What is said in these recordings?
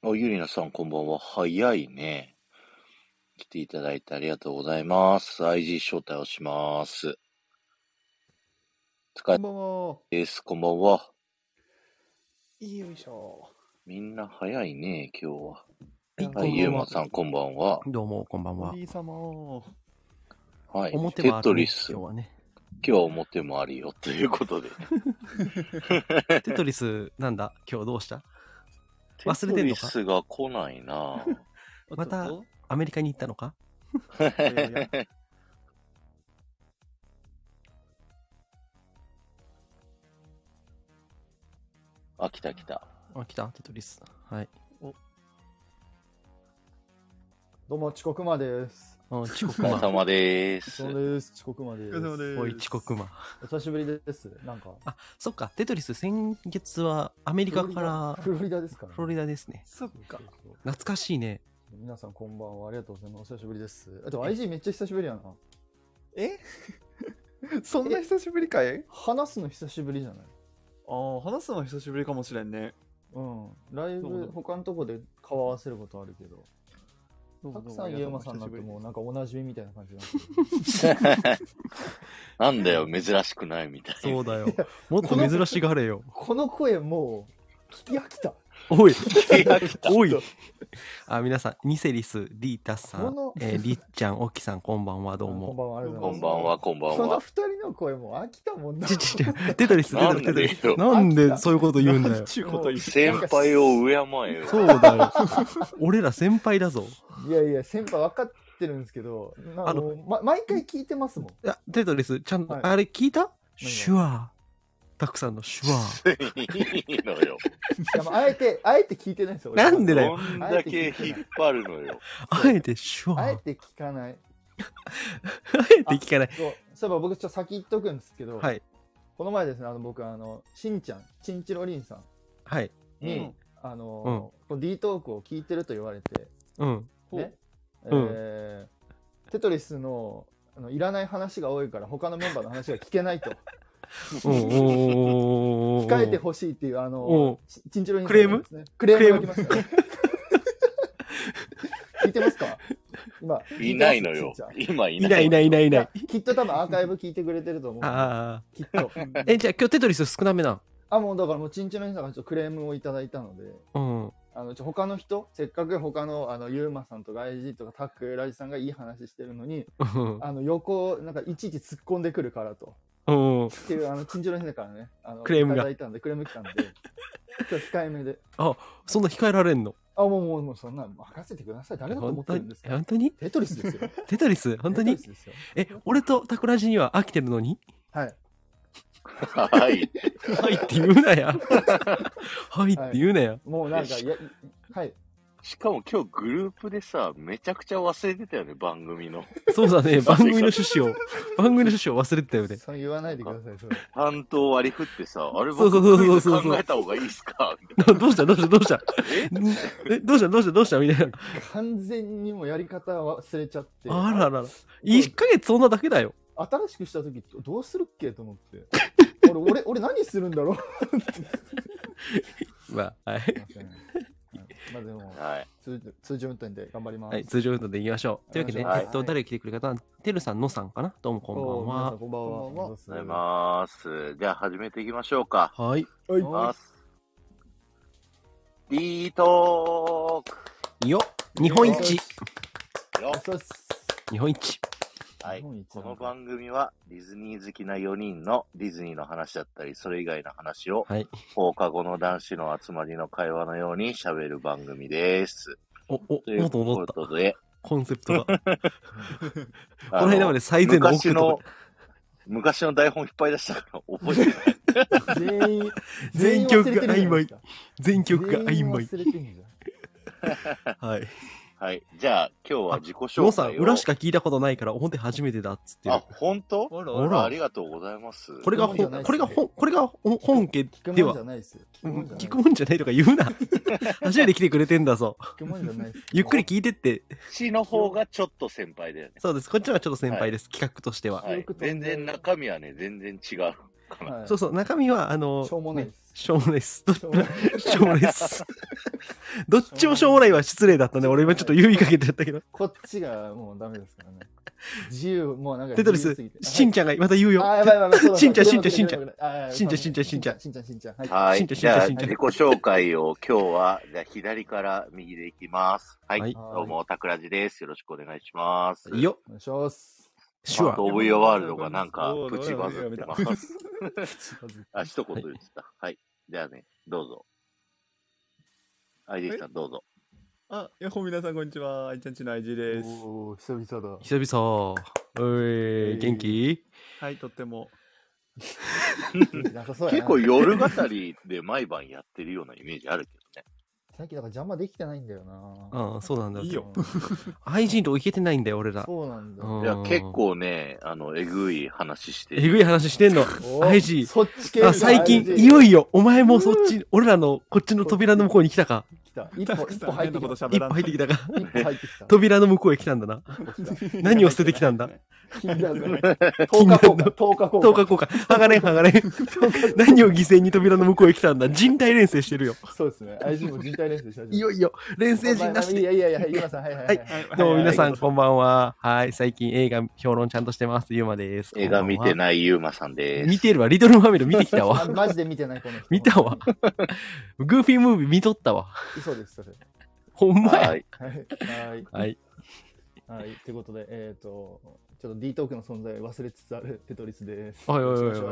ゆりなさんこんばんは。早いね。来ていただいてありがとうございます。IG 招待をします。 こんばんは。 です。こんばんは。 よいしょ。 みんな早いね、今日は。 はい、 ゆうまさんこんばんは。 どうも、こんばんは。 お兄様。 はい。 表もある、ね、 テトリス。 今日はね。 今日は表もあるよ、ということで。 テトリス、なんだ今日どうした忘れてんのか？ テトリスが来ないなまた、アメリカに行ったのか？ あ、来た来た。 あ、来たテトリス。はい。 どうも、遅刻魔です。 遅刻魔。お疲れ様です。 そうです。遅刻魔です。 おい、遅刻魔。 お久しぶりです。なんか。 あ、そっか。テトリス、先月はアメリカから。 フロリダですから、ね。 フロリダですね。 そっか。 懐かしいね。 皆さんこんばんは。ありがとうございます。お久しぶりです。あと IG めっちゃ久しぶりやな。 えそんな久しぶりかい？ 話すの久しぶりじゃない？ ああ、話すのは久しぶりかもしれんね。 うん。ライブ、他のとこで顔合わせることあるけど。たくさんゆうまさんだってもうなんかおなじみみたいな感じなんだよ、珍しくないみたいな。 そうだよ。もっと珍しがれよ。 この声もう聞き飽きた。 おい聞き飽きた。 おいあ、皆さん、ニセリス、リータさん、りっちゃん、オキさん、こんばんは、どうも。 こんばんは、ありがとうございます。 こんばんは、こんばんは。 この二人の声もう飽きたもんな。 テトリス、テトリス。なんでそういうこと言うんだよ。 先輩を敬えよ。 そうだよ。俺ら先輩だぞ。 いやいや、先輩分かってるんですけど、毎回聞いてますもん。いや、テトリス、ちゃんと、あれ聞いた？手話。たくさんの手話。 いいのよ。 あえて聞いてないですよ。 なんでだよ。 どんだけ引っ張るのよ。 あえて手話。 あえて聞かない。 あえて聞かない。 そういえば僕ちょっと先言っとくんですけど、 はい。 この前ですね、僕しんちゃん、チンチロリンさんに、D トークを聞いてると言われて、ね、テトリスのいらない話が多いから他のメンバーの話が聞けないと。控えてほしいっていうチンチロリンさんですね。クレームが来ましたね。聞いてますか？今いないのよ。今いない。 きっと多分アーカイブ聞いてくれてると思う。きっと。 じゃあ今日テトリス少なめな。 もうだからもうチンチロリンさんがちょっとクレームをいただいたので、他の人、せっかく他のゆうまさんとか IG とかタックラジさんがいい話してるのに、横なんかいちいち突っ込んでくるからと。っていうチンチロリンさんからね、 クレームがいただいたんで、クレーム来たんで、今日控えめで。 あ、そんな控えられんの？ もうそんな任せてください。誰だと思ってるんですか？ 本当に？ テトリスですよ。 テトリス本当に？俺とタクラジには飽きてるのに？ はい。 はいって言うなや。はいって言うなや。 もうなんか、はい。 しかも今日グループでさ、めちゃくちゃ忘れてたよね、番組の。 そうだね、番組の趣旨を忘れてたよね。 そう言わないでください、それ。 担当割り振ってさ、あれ僕考えた方がいいっすか？ どうしたどうしたみたいな。 完全にもやり方忘れちゃって。 あらら。1ヶ月そんなだけだよ。 新しくした時どうするっけと思って。俺何するんだろう。 まあ、はい。 まあでも、通常運転で頑張ります。 はい、通常運転で行きましょう。というわけで、誰来てくれる方、てるさん、のさんかな？どうもこんばんは。 こんばんは。 おはようございます。じゃあ始めていきましょうか。 はい。 D トークよ日本一日本一はい。この番組はディズニー好きな4人のディズニーの話だったり、それ以外の話を、放課後の男子の集まりの会話のように喋る番組です。 ということで、 コンセプトが。この辺まで最善の奥と昔の台本いっぱい出したから覚えてない。 全曲が曖昧。全曲が曖昧。はい。 はい。じゃあ、今日は自己紹介を。 のさん、裏しか聞いたことないから、表初めてだっつってる。 あ、本当？ありがとうございます。 これが本家では。聞くもんじゃないとか言うな。初めて来てくれてんだぞ。ゆっくり聞いてって。 こっちの方がちょっと先輩だよね。 そうです。こっちはちょっと先輩です。企画としては。 全然中身はね、全然違う。 かな。 そうそう、中身は、 しょうもないです。 しょうもないです。しょうもないです。どっちもしょうもないは失礼だったね。俺今ちょっと言いかけてやったけど。 こっちがもうダメですからね。自由、もうなんか。 テトリス、しんちゃんがまた言うよ。 あ、やばいやばい。 しんちゃん。 しんちゃん。 しんちゃん。 はい。じゃあ、自己紹介を今日は、じゃあ左から右でいきます。はい。どうも、たくらじです。よろしくお願いします。 よっ。お願いします。 シュワ。 オブ・ヨワールドがなんか、プチバズってます。あ、一言言ってた。はい。じゃあね、どうぞ。ID さん、どうぞ。 あ、やっほー皆さんこんにちは。あいちゃんちの IG です。 おー、久々だ。 久々。元気？ はい、とっても。 結構夜語りで毎晩やってるようなイメージあるけどね。 最近だから邪魔できてないんだよな。 ああ、そうなんだ。 いいよ。 愛人といけてないんだよ、俺ら。 そうなんだ。 いや、結構ね、えぐい話してる。えぐい話してんの。愛人。 そっち系。 最近、いよいよ、お前もそっち、俺らのこっちの扉の向こうに来たか。 一歩入ってきた。 一歩入ってきたか。扉の向こうへ来たんだな。何を捨ててきたんだ。 10日交換。剥がれん。何を犠牲に扉の向こうへ来たんだ。人体錬成してるよ。 そうですね。愛人も人体錬成し始めた。 いよいよ、錬成人なしで。 いや、ゆうまさん、はい。 どうも皆さん、こんばんは。はい、最近映画評論ちゃんとしてます。ゆうまです。 映画見てないゆうまさんです。 見てるわ。リトルマーメイド見てきたわ。 マジで見てない、この人。 見たわ。グーフィームービー見とったわ。 嘘です、それ。 ほんまや。 はい。 はい。 ということで、ちょっと D トークの存在を忘れつつあるテトリスです。 おい。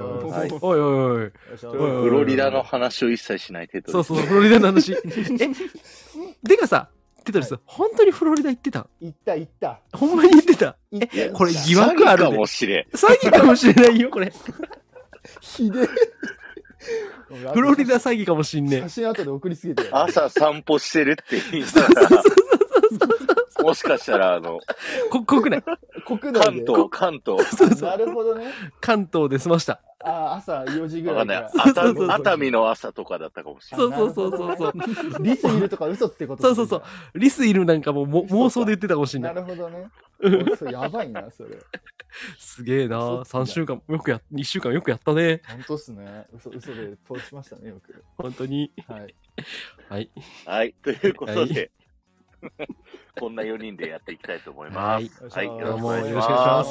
フロリダの話を一切しないテトリス。 そう、フロリダの話。てかさ、テトリス、本当にフロリダ行ってた？ 行った。 ほんまに行ってた？これ疑惑ある。 詐欺かもしれん。 詐欺かもしれないよ、これ。 ひでえ。 フロリダ詐欺かもしんねえ。 写真後で送りすぎて。 朝散歩してるって言ったら、もしかしたら国内。 関東。 なるほどね。 関東で済ました。 朝4時ぐらい。 熱海の朝とかだったかもしれない。 そう。 リスいるとか嘘ってことそう。リスいるなんかも妄想で言ってたかもしれない。 なるほどね。やばいな、それ。 すげえな。3週間、2週間よくやったね。 本当っすね。嘘で通しましたね、よく。 本当に。 はい。 はい。ということで、こんな4人でやっていきたいと思います。はい。よろしくお願いします。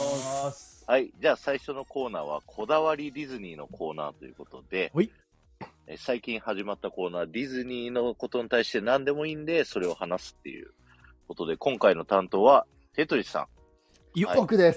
はい。じゃあ最初のコーナーは、こだわりディズニーのコーナーということで、最近始まったコーナー、ディズニーのことに対して何でもいいんで、それを話すっていうことで、今回の担当は、テトリスさん。 僕です。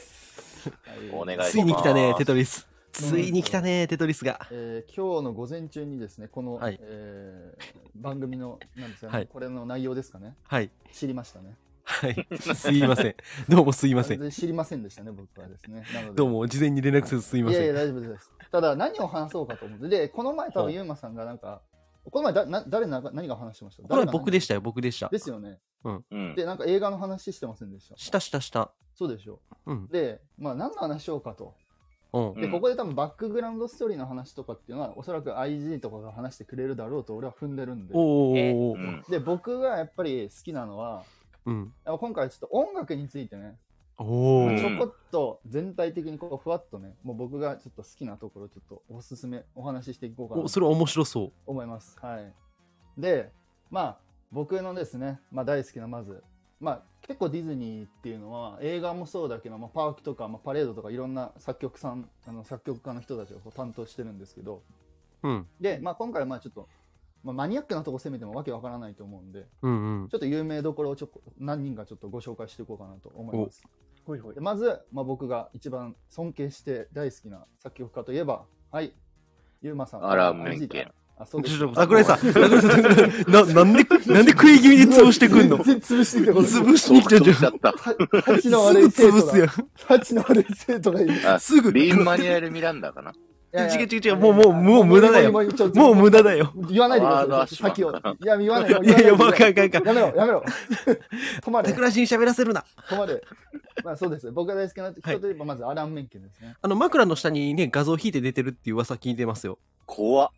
お願いします。 ついに来たね、テトリス。ついに来たね、テトリスが。 今日の午前中にですね、この番組の、なんですかね、これの内容ですかね。知りましたね。 すいません。どうもすいません。 知りませんでしたね、僕はですね。 どうも、事前に連絡せずすいません。 いや、大丈夫です。ただ、何を話そうかと思って。で、この前多分、ゆうまさんがなんか、この前、何が話してました？ これは僕でしたよ、僕でした。 ですよね。 うん。 で、なんか映画の話してませんでした？ した。 そうでしょ。 うん。 で、何の話しようかと。で、ここで多分バックグラウンドストーリーの話とかっていうのは、おそらく IG とかが話してくれるだろうと俺は踏んでるんで。で、僕がやっぱり好きなのは、今回ちょっと音楽についてね、ちょこっと全体的にこうふわっとね、もう僕がちょっと好きなところちょっとおすすめお話ししていこうかな。 それは面白そう。 思います。はい。で、僕のですね、大好きなまず、結構ディズニーっていうのは映画もそうだけど、パークとか、パレードとかいろんな作曲家の人たちがこう担当してるんですけど、で、今回はちょっと、マニアックなとこ攻めてもわけわからないと思うんで、ちょっと有名どころを何人かちょっとご紹介していこうかなと思います。でまず、僕が一番尊敬して大好きな作曲家といえば、ゆうまさん。 アラン・メンケン。 そうです。 桜井さん、なんで食い気味に潰してくんの？ 全然潰してきて、 潰しに来ちゃった。 8の悪い生徒が。8の悪い生徒がいる。 すぐ。リンマニュエル・ミランダかな。 違う。もう無駄だよ。もう無駄だよ。 言わないでください。先を。いや、言わないよ。 いや、わかん。 やめろ。止まれ。 桜井に喋らせるな。 止まれ。そうです。僕が大好きな人といえば、まずアラン・メンケンですね。 枕の下にね、画像引いて出てるっていう噂聞いてますよ。 怖っ。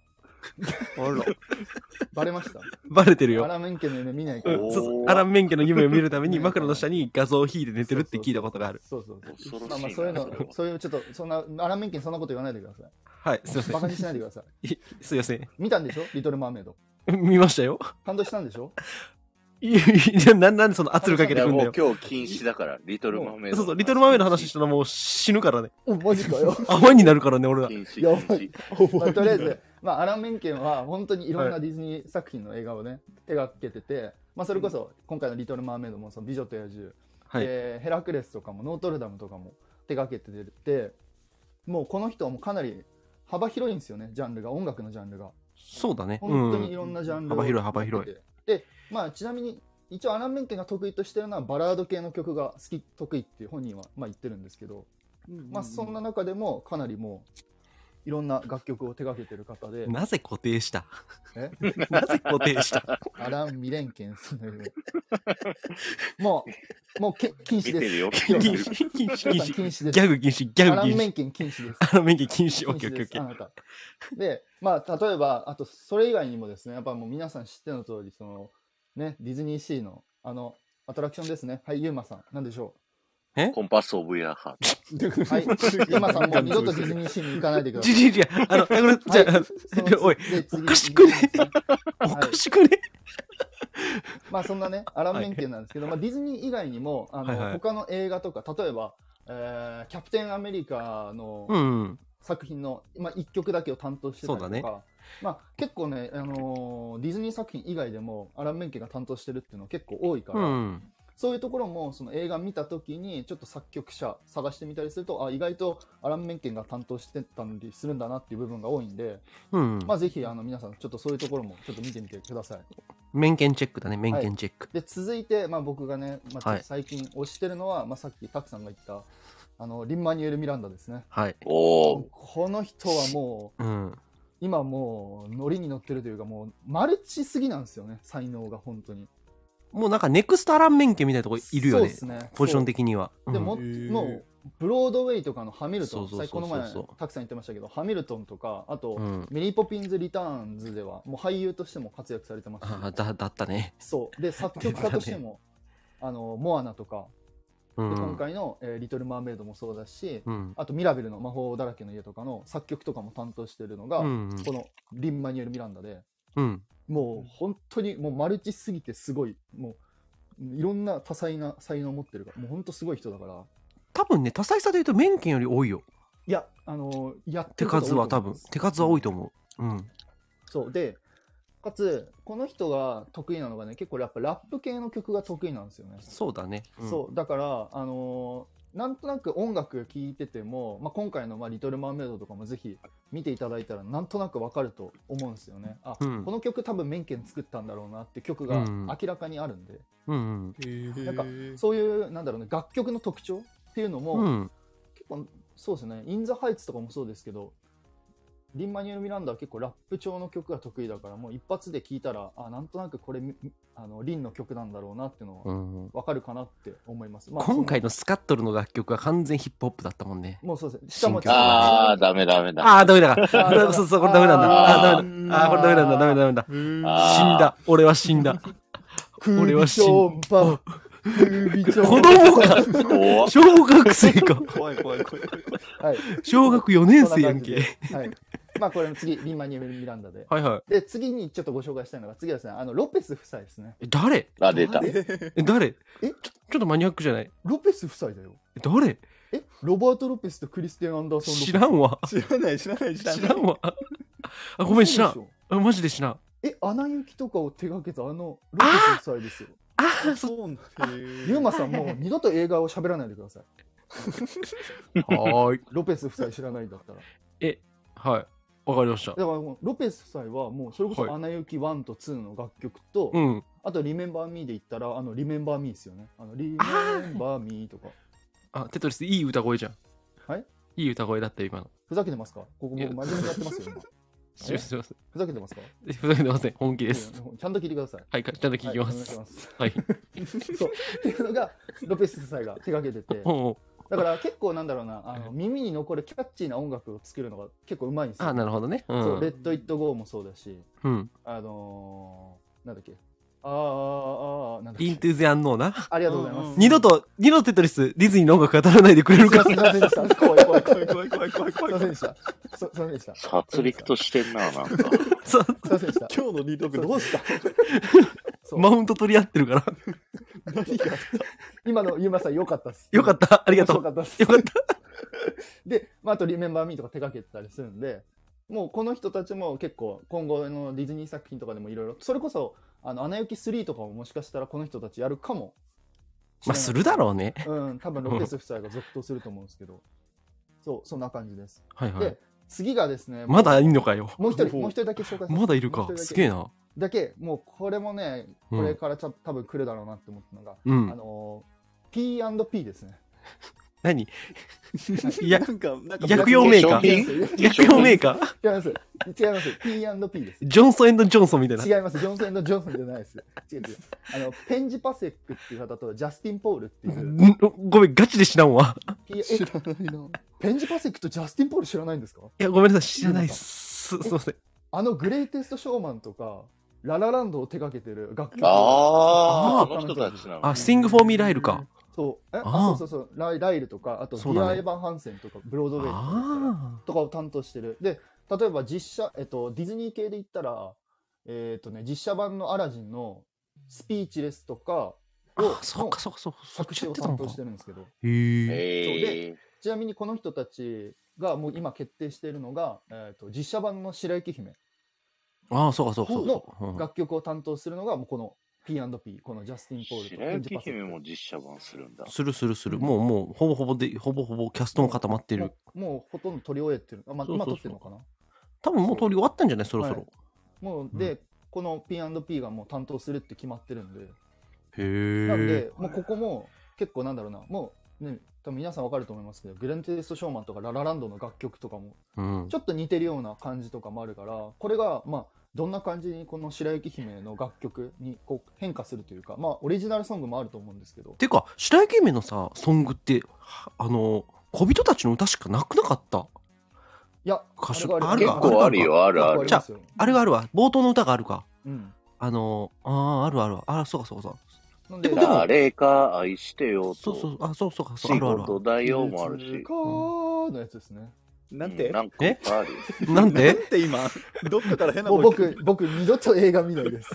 あら。 バレました？ バレてるよ。 アラン・メンケンの夢見ないから。 そうそう。アラン・メンケンの夢を見るために枕の下に画像を引いて寝てるって聞いたことがある。 そうそうそう。まあまあそういうの、そういうちょっと、そんな、アラン・メンケンそんなこと言わないでください。 はい、すいません。 バカにしないでください。すいません。 見たんでしょリトル・マーメイド。 見ましたよ。 感動したんでしょ？ いや、なんでその圧力かけてくんだよ。 もう今日禁止だから、リトルマーメイド。 そうそう、リトルマーメイドの話したらもう死ぬからね。 マジかよ。 泡になるからね、俺ら。 やばい。とりあえず、まあ、アラン・メンケンは本当にいろんなディズニー作品の映画をね、手がけてて、まあ、それこそ今回のリトル・マーメイドもその美女と野獣、ヘラクレスとかもノートルダムとかも手がけてて、もうこの人はもうかなり幅広いんですよね、ジャンルが、音楽のジャンルが。 そうだね。 本当にいろんなジャンル幅広い、幅広い。 で、まあ、ちなみに、一応アラン・メンケンが得意としてるのはバラード系の曲が得意っていう本人はまあ言ってるんですけど、まあそんな中でもかなりもういろんな楽曲を手掛けてる方で。 なぜ固定した？なぜ固定した？ アラン・ミレンケンさんの夢。もう禁止です。 禁止です。ギャグ禁止、ギャグ禁止。 アラン・メンケン禁止です。 アラン・メンケン禁止。オッケーオッケーオッケー。 あなた。で、まあ例えばあとそれ以外にもですね、やっぱもう皆さん知っての通りそのね、ディズニーシーのアトラクションですね。はい、ユーマさん、なんでしょう？コンパスオブヤーハート。 はい、ユーマさんもう二度とディズニーシーに行かないでください。 じゃおい、おかしくね？おかしくね？ まあそんなね、アラン・メンケンなんですけど、まあディズニー以外にも、他の映画とか、例えば、キャプテンアメリカの作品の、まあ一曲だけを担当してたりとか、まあ、結構ね、ディズニー作品以外でもアラン・メンケンが担当してるっていうのは結構多いから、そういうところもその映画見た時にちょっと作曲者探してみたりすると、あ、意外とアラン・メンケンが担当してたりするんだなっていう部分が多いんで、まあぜひ皆さんちょっとそういうところもちょっと見てみてください。 メンケンチェックだね、メンケンチェック。 で続いて、まあ、僕がね、まあ、最近推してるのは、まあ、さっきタクさんが言ったリンマニュエル・ミランダですね。 はい。 この人はもう、今もうノリに乗ってるというか、もうマルチすぎなんですよね、才能が本当に。 もうなんかネクストアラン・メンケンみたいなとこいるよね。そうですね。ポジション的には。 でも、もうブロードウェイとかのハミルトン、この前たくさん言ってましたけど、ハミルトンとか、あと、メリー・ポピンズ・リターンズではもう俳優としても活躍されてますし。 だったね。 そうで作曲家としてもモアナとか。で今回の、リトル・マーメイドもそうだし、あとミラベルの魔法だらけの家とかの作曲とかも担当しているのが、このリン・マニュエル・ミランダで、もう本当にもうマルチすぎてすごい、もういろんな多彩な才能を持ってるから、もう本当すごい人だから。 多分ね、多彩さでいうとメンケンより多いよ。 いや、 手数は多分、手数は多いと思う。 そうで、かつこの人が得意なのがね、結構やっぱラップ系の曲が得意なんですよね。 そうだね。 そうだからなんとなく音楽聴いてても、まあ、今回のリトル・マーメイドとかもぜひ見ていただいたらなんとなくわかると思うんですよね。この曲多分メンケン作ったんだろうなって曲が明らかにあるんで、なんかそういうなんだろうね、楽曲の特徴っていうのも、結構そうですね、イン・ザ・ハイツとかもそうですけど、リン・マニュエル・ミランダは結構ラップ調の曲が得意だから、もう一発で聴いたら、なんとなくこれリンの曲なんだろうなっていうのは分かるかなって思います。 今回のスカットルの楽曲は完全ヒップホップだったもんね。 もうそうですね。しかもダメだ。 ダメだから。そう、これダメなんだ。これダメなんだ。ダメだ。死んだ。俺は死んだ。俺は死んだ。子供か小学生か。 怖い。 小学4年生やんけ。 はい。まあこれの次、リン・マニュエル・ミランダで。 はいはい。 で、次にちょっとご紹介したいのが、次はですね、ロペス夫妻ですね。 誰？ 出た。 誰？ちょっとマニアックじゃない？ ロペス夫妻だよ。 誰？ ロバート・ロペスとクリステン・アンダーソン・ロペス。 知らんわ。 知らないわ。ごめん、知らん。マジで知らん。 アナ雪とかを手掛けたロペス夫妻ですよ。 そうなんだ。 ユーマさんもう二度と映画を喋らないでください。 はい。 ロペス夫妻知らないんだったら。 はい。わかりました。 だからロペス夫妻はもうそれこそアナ雪1と2の楽曲と、あとリメンバーミーで言ったらリメンバーミーですよね。リメンバーミーとか。 テトリスいい歌声じゃん。 はい。 いい歌声だったよ今の。 ふざけてますか？ここもう真面目にやってますよ今。 すいません。 ふざけてますか？ ふざけてません。本気です。 ちゃんと聞いてください。 はい、ちゃんと聞きます。 お願いします。 はい。 そうっていうのがロペス夫妻が手掛けてて、 だから結構なんだろうな、耳に残るキャッチーな音楽を作るのが結構うまいんですよ。 あ、なるほどね。 そう、レッド・イット・ゴーもそうだし、なんだっけ、なんだっけ。 イントゥーゼ・アンノーな。 ありがとうございます。 二度とテトリス、ディズニーの音楽語らないでくれるか。 すいませんでした。怖い。すいませんでした。すいませんでした。 殺戮としてんな、なんか。 すいませんでした。 今日のリードどうしたマウント取り合ってるから。 何があった今のユーマさん良かったっす。 よかった。ありがとう。 よかったっす。 よかった。 で、あとリメンバーミーとか手掛けてたりするんで、もうこの人たちも結構今後のディズニー作品とかでもいろいろ、それこそアナ雪3とかももしかしたらこの人たちやるかも。 まあするだろうね。 多分ロペス夫妻が続投すると思うんですけど、そんな感じです。 はいはい。 で、次がですね、 まだいんのかよ。 もう一人だけ紹介します。 まだいるか。すげえな。 だけ、もうこれもね、これから多分来るだろうなって思ったのが、P&P ですね。 何薬用メーカー薬用メーカー違います。P&P です。 ジョンソン&ジョンソンみたいな。 違います。ジョンソン&ジョンソンじゃないです。違う。ペンジパセックっていう方とジャスティン・ポールっていう。 ごめん、ガチで知らんわ。 知らないな。 ペンジパセックとジャスティン・ポール知らないんですか？ いや、ごめんなさい、知らないっす。すいません。 グレイテスト・ショーマンとか、ララランドを手掛けてる楽曲。 あの人たちなの。 Sing for Me ライルか。 そう。そう。ライルとか、あと、ディア・エヴァン・ハンセンとか、ブロードウェイとかを担当してる。で、例えば実写、ディズニー系で言ったら、実写版のアラジンのスピーチレスとかを、作詞を担当してるんですけど。で、ちなみにこの人たちがもう今決定しているのが、実写版の白雪姫。の楽曲を担当するのが、もうこの、P&P、このジャスティン・ポールと白雪姫も実写版するんだ。 する。もう、ほぼほぼキャストも固まってる。 もうほとんど撮り終えてる。今撮ってるのかな？ 多分もう撮り終わったんじゃないそろそろ。 もう、で、この P&P がもう担当するって決まってるんで。 へなんで、もうここも結構なんだろうな、もうね、多分皆さんわかると思いますけど、グレンテスト・ショーマンとかララランドの楽曲とかも、ちょっと似てるような感じとかもあるから、これが、どんな感じにこの白雪姫の楽曲にこう変化するというか、オリジナルソングもあると思うんですけど。 てか、白雪姫のさ、ソングって、小人たちの歌しかなくなかった？ いや、 歌手あるか。結構あるよ、ある。 じゃあれがあるわ。冒頭の歌があるか。ある。そうか。 でも誰か愛してよと。 そう。ある。 仕事だよもあるし。 のやつですね。 なんてなんかある。 なんで今、どっかから変な僕二度と映画見ないです。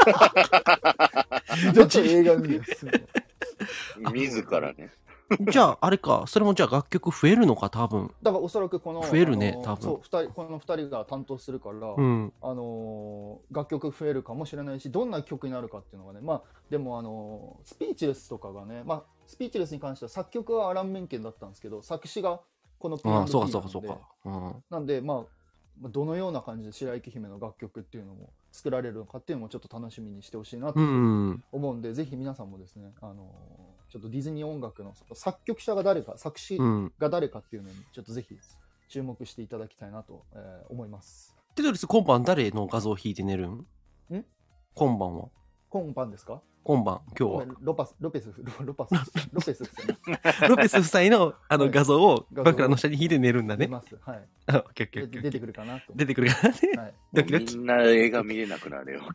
二度と映画見ないです。 自らね。 じゃあ、あれか、それもじゃあ楽曲増えるのか、多分。 だからおそらくこの、 増えるね、多分。 そう、この2人が担当するから、楽曲増えるかもしれないし、どんな曲になるかっていうのがね、でもスピーチレスとかがね、スピーチレスに関しては作曲はアラン・メンケンだったんですけど、作詞がこの P&P なんで、 そうか。 なんで、どのような感じで白雪姫の楽曲っていうのも作られるのかっていうのもちょっと楽しみにしてほしいなと思うんで、ぜひ皆さんもですね、ちょっとディズニー音楽の作曲者が誰か、作詞が誰かっていうのにちょっとぜひ注目していただきたいなと、思います。 テトリス、今晩誰の画像を引いて寝るん？今晩は？ 今晩ですか？ 今晩、今日は。 ロペス夫妻の画像を枕の下に引いて寝るんだね。 出てくるかなと。 出てくるかなね。 みんな映画見れなくなるよ。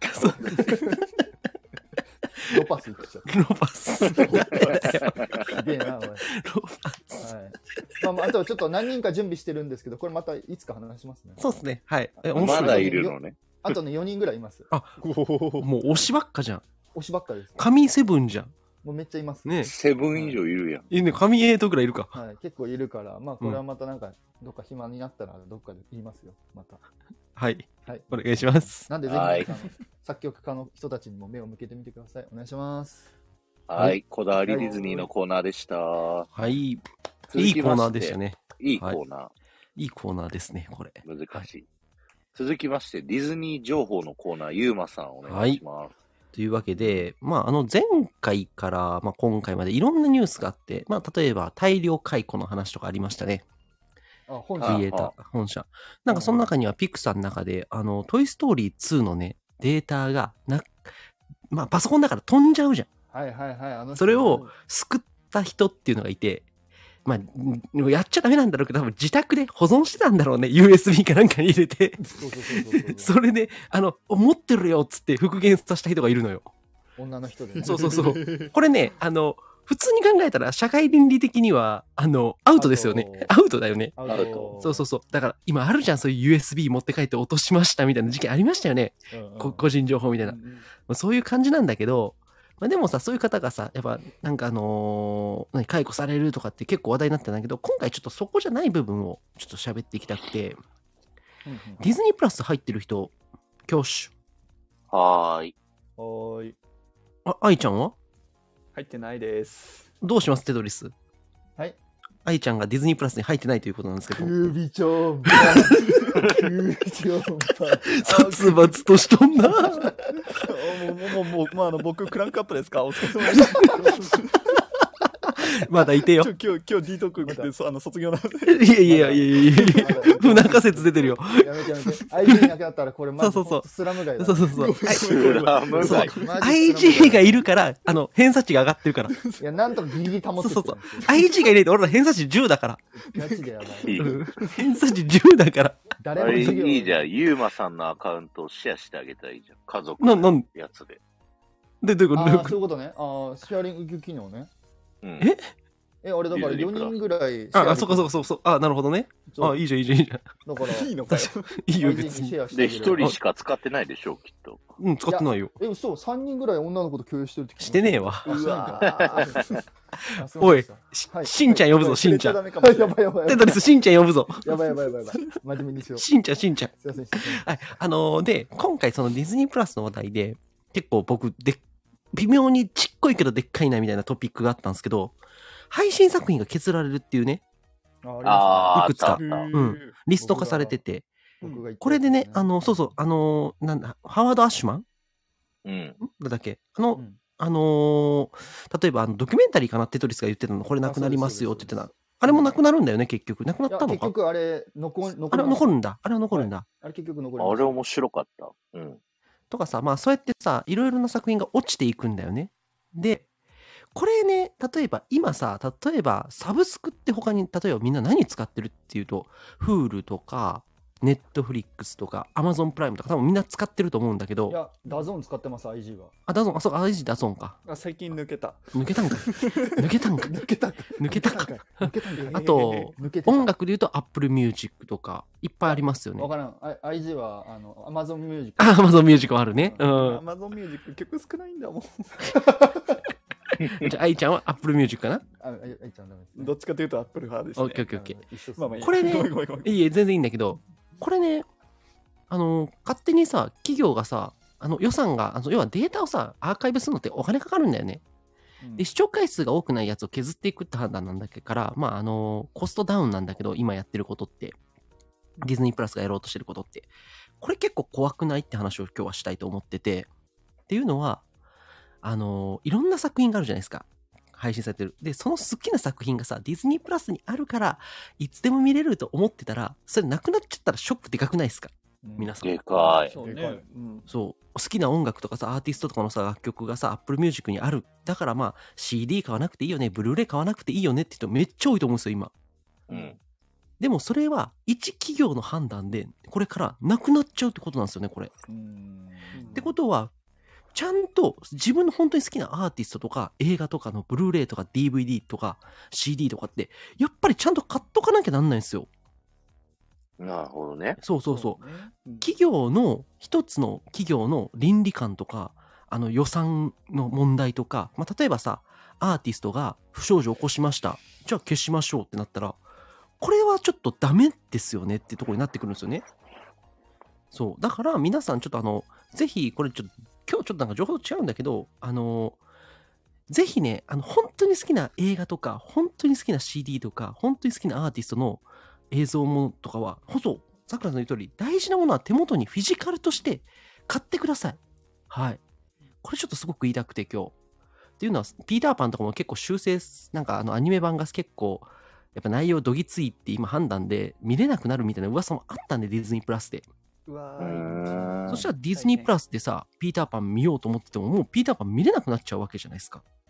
ロパスって言っちゃった。 ロパス。 すげえな、おい。ロパス。あとちょっと何人か準備してるんですけど、これまたいつか話しますね。 そうですね。はい。 まだいるのね。 あとね、4人ぐらいいます。 もう推しばっかじゃん。 推しばっかです。 神セブンじゃん。 もうめっちゃいますね。セブン以上いるやん。 いいね、神8ぐらいいるか。 はい、結構いるから、これはまたなんか、どっか暇になったらどっかで言いますよ、また。 はい。お願いします。 なんでぜひ作曲家の人たちにも目を向けてみてください。お願いします。 はい、こだわりディズニーのコーナーでした。 はい。いいコーナーでしたね。 いいコーナー。 いいコーナーですね、これ。 難しい。続きまして、ディズニー情報のコーナー、ゆうまさんお願いします。 というわけで、前回から、今回までいろんなニュースがあって、例えば大量解雇の話とかありましたね。 本社。なんかその中にはピクサーの中で、トイストーリー2のね、データがパソコンだから飛んじゃうじゃん。それを救った人っていうのがいて、 まあ、やっちゃダメなんだろうけど、多分自宅で保存してたんだろうね。USB かなんかに入れて。それで、持ってるよっつって復元させた人がいるのよ。 女の人でね。 そうそうそう。これね、普通に考えたら社会倫理的には、アウトですよね。アウトだよね。 アウト。 そうそうそう。だから今あるじゃん、そういう USB 持って帰って落としましたみたいな事件ありましたよね。個人情報みたいな。そういう感じなんだけど、まあ、でもさ、そういう方がさ、やっぱなんか解雇されるとかって結構話題になってたんだけど、今回ちょっとそこじゃない部分をちょっと喋っていきたくて、ディズニープラス入ってる人、挙手。 はーい。 はーい。 愛ちゃんは入ってないです。 どうしますテトリス。 はい。 愛ちゃんがディズニープラスに入ってないということなんですけど。 首ちょんぱ。首ちょんぱ。 殺伐としとんな。 もう、僕、クランクアップですか？お疲れ様でした。 まだいてよ。 今日 D トークで卒業なんで。いや。不仲説出てるよ。 やめて。IG なくなったらこれマジでスラム街だ。 そう。 スラム街。 IG がいるから、偏差値が上がってるから。 いや、なんとかギリギリ保ってる。 そう。IG がいないと俺ら偏差値10だから。 ガチでやばい。 偏差値10だから。 誰もいいじゃん。ゆうまさんのアカウントをシェアしてあげたらいいじゃん。家族のやつで。 で、どういうこと？ そういうことね。シェアリング機能ね。あれだから4人ぐらい。 そう。なるほどね。いいじゃん。 だから、 いいのかよ。 いいよ、別に。 で、1人しか使ってないでしょ、きっと。 使ってないよ。 そう、3人ぐらい女の子と共有してるってしてねえわ。 うわおい、しんちゃん呼ぶぞ、しんちゃん。 やばい。 テトリス、しんちゃん呼ぶぞ。 やばい。真面目にしよう。 しんちゃん。すいません。 はい。で、今回そのディズニープラスの話題で、結構僕、微妙にちっこいけどでっかいなみたいなトピックがあったんですけど、配信作品が削られるっていうね。いくつか。リスト化されてて。これでね、ハワード・アッシュマンだっけ例えばドキュメンタリーかなテトリスが言ってたの、これなくなりますよって言ってた。あれもなくなるんだよね、結局。なくなったのか。 結局あれ、残るんだ。あれは残るんだ。 あれ結局残る。 あれ面白かった。 とかさ、まあそうやってさ、いろいろな作品が落ちていくんだよね。で、これね、例えば今さ、サブスクって他に、例えばみんな何使ってるっていうと、Hulu とか、Netflix とか、Amazon プライムとか、多分みんな使ってると思うんだけど。 いや、ダゾーン使ってます、IG は。 ダゾーン、そう、IG ダゾーンか。 最近抜けた。 抜けたんか。あと、音楽で言うと Apple Music とか、いっぱいありますよね。 わからん。IG は、Amazon Music。 Amazon Music はあるね。 Amazon Music 曲少ないんだもん。 じゃあ、愛ちゃんは Apple Music かな？ 愛ちゃんダメです。 どっちかというと Apple 派ですね。 オッケー。 これね、 いいえ、全然いいんだけど、これね、勝手にさ、企業がさ、予算が、要はデータをさ、アーカイブするのってお金かかるんだよね。で、視聴回数が多くないやつを削っていくって判断なんだから、まあ、コストダウンなんだけど、今やってることって、ディズニープラスがやろうとしてることって、これ結構怖くないって話を今日はしたいと思ってて、っていうのは、いろんな作品があるじゃないですか。配信されてる。で、その好きな作品がさ、ディズニープラスにあるから、いつでも見れると思ってたら、それなくなっちゃったらショックでかくないですか？皆さん。 でかい。 そう。好きな音楽とかさ、アーティストとかのさ、楽曲がさ、Apple Music にある。だからまあ、CD 買わなくていいよね、ブルーレイ買わなくていいよねって人めっちゃ多いと思うんですよ、今。でもそれは、一企業の判断で、これからなくなっちゃうってことなんですよね、これ。ってことは、ちゃんと自分の本当に好きなアーティストとか映画とかのブルーレイとか DVD とか CD とかってやっぱりちゃんと買っとかなきゃなんないんですよ。 なるほどね。 そう。企業の一つの企業の倫理観とか予算の問題とか、まあ、例えばさアーティストが不祥事を起こしました。じゃあ消しましょうってなったらこれはちょっとダメですよねってところになってくるんですよね。そうだから皆さんちょっとぜひこれちょっと今日ちょっとなんか情報と違うんだけど、ぜひね、本当に好きな映画とか、本当に好きな CD とか、本当に好きなアーティストの映像もとかは、さくらさんの言う通り、大事なものは手元にフィジカルとして買ってください。はい。これちょっとすごく言いたくて今日。っていうのは、ピーターパンとかも結構修正、なんかアニメ版が結構、やっぱ内容どぎついって今判断で見れなくなるみたいな噂もあったんで、ディズニープラスで。そしたらディズニープラスでさ、ピーターパン見ようと思ってても、もうピーターパン見れなくなっちゃうわけじゃないですか。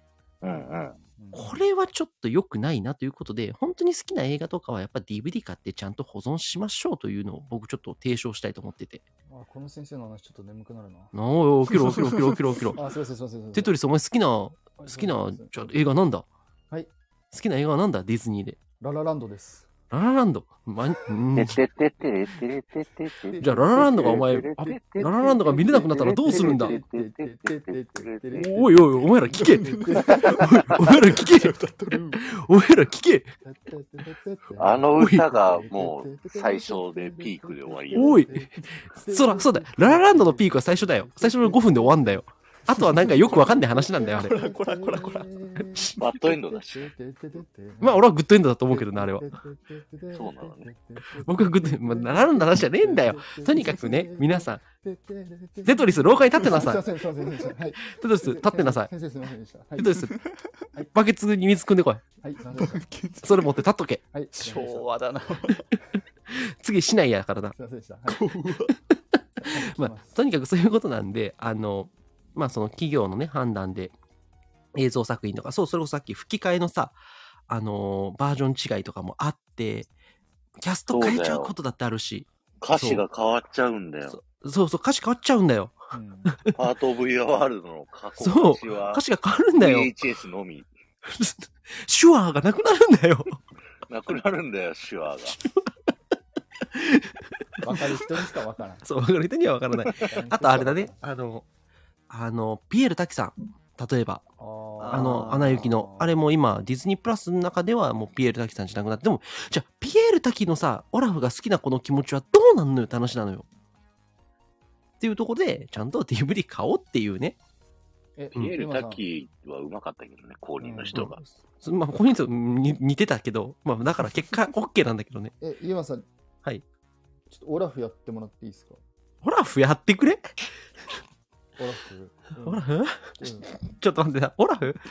これはちょっと良くないなということで、本当に好きな映画とかはやっぱ DVD 買ってちゃんと保存しましょうというのを僕ちょっと提唱したいと思ってて。 この先生の話ちょっと眠くなるな。 おー、起きろ。あ、すいません、すいません。 テトリス、お前好きなじゃあ映画なんだ？ はい。 好きな映画はなんだ？ディズニーで。 ララランドです。 ララランド。じゃあララランドがお前、ララランドが見れなくなったらどうするんだ？おいおい、お前ら聞け。お前ら聞け。 あの歌がもう最初でピークで終わり。 おい。そうだ。ララランドのピークは最初だよ。最初の5分で終わんだよ。あとはなんかよくわかんない話なんだよ、あれ。 こら。 バッドエンドだし。 まあ俺はグッドエンドだと思うけどね、あれは。 そうなのね。 僕はグッドエンド、ララランドの話じゃねえんだよ。とにかくね、皆さん。テトリス、廊下に立ってなさい。テトリス、立ってなさい。テトリス、バケツに水汲んでこい。それ持って立っとけ。 昭和だな。 次、しないやからな。まあ、とにかくそういうことなんで、まあその企業のね、判断で映像作品とか、それこそさっき吹き替えのさ、バージョン違いとかもあって、キャスト変えちゃうことだってあるし。 歌詞が変わっちゃうんだよ。 そう、歌詞変わっちゃうんだよ。 パートオブイヤーワールドの過去そう、歌詞が変わるんだよ。 VHS のみ。 シュワーがなくなるんだよ。 なくなるんだよ、シュワーが。 わかる人にしかわからん。 そう、わかる人にはわからない。あとあれだね、ピエール滝さん。例えば、アナ雪の、あれも今、ディズニープラスの中ではもうピエール滝さんじゃなくなって、でも、じゃあ、ピエール滝のさ、オラフが好きなこの気持ちはどうなんのよって話なのよ。っていうところで、ちゃんと DVD 買おうっていうね。 ピエール滝はうまかったけどね、公認の人が。 まあ、公認と似てたけど、まあ、だから結果 OK なんだけどね。 ユマさん。 はい。 ちょっとオラフやってもらっていいですか？ オラフやってくれ？ オラフ、 ちょっと待ってな。オラフ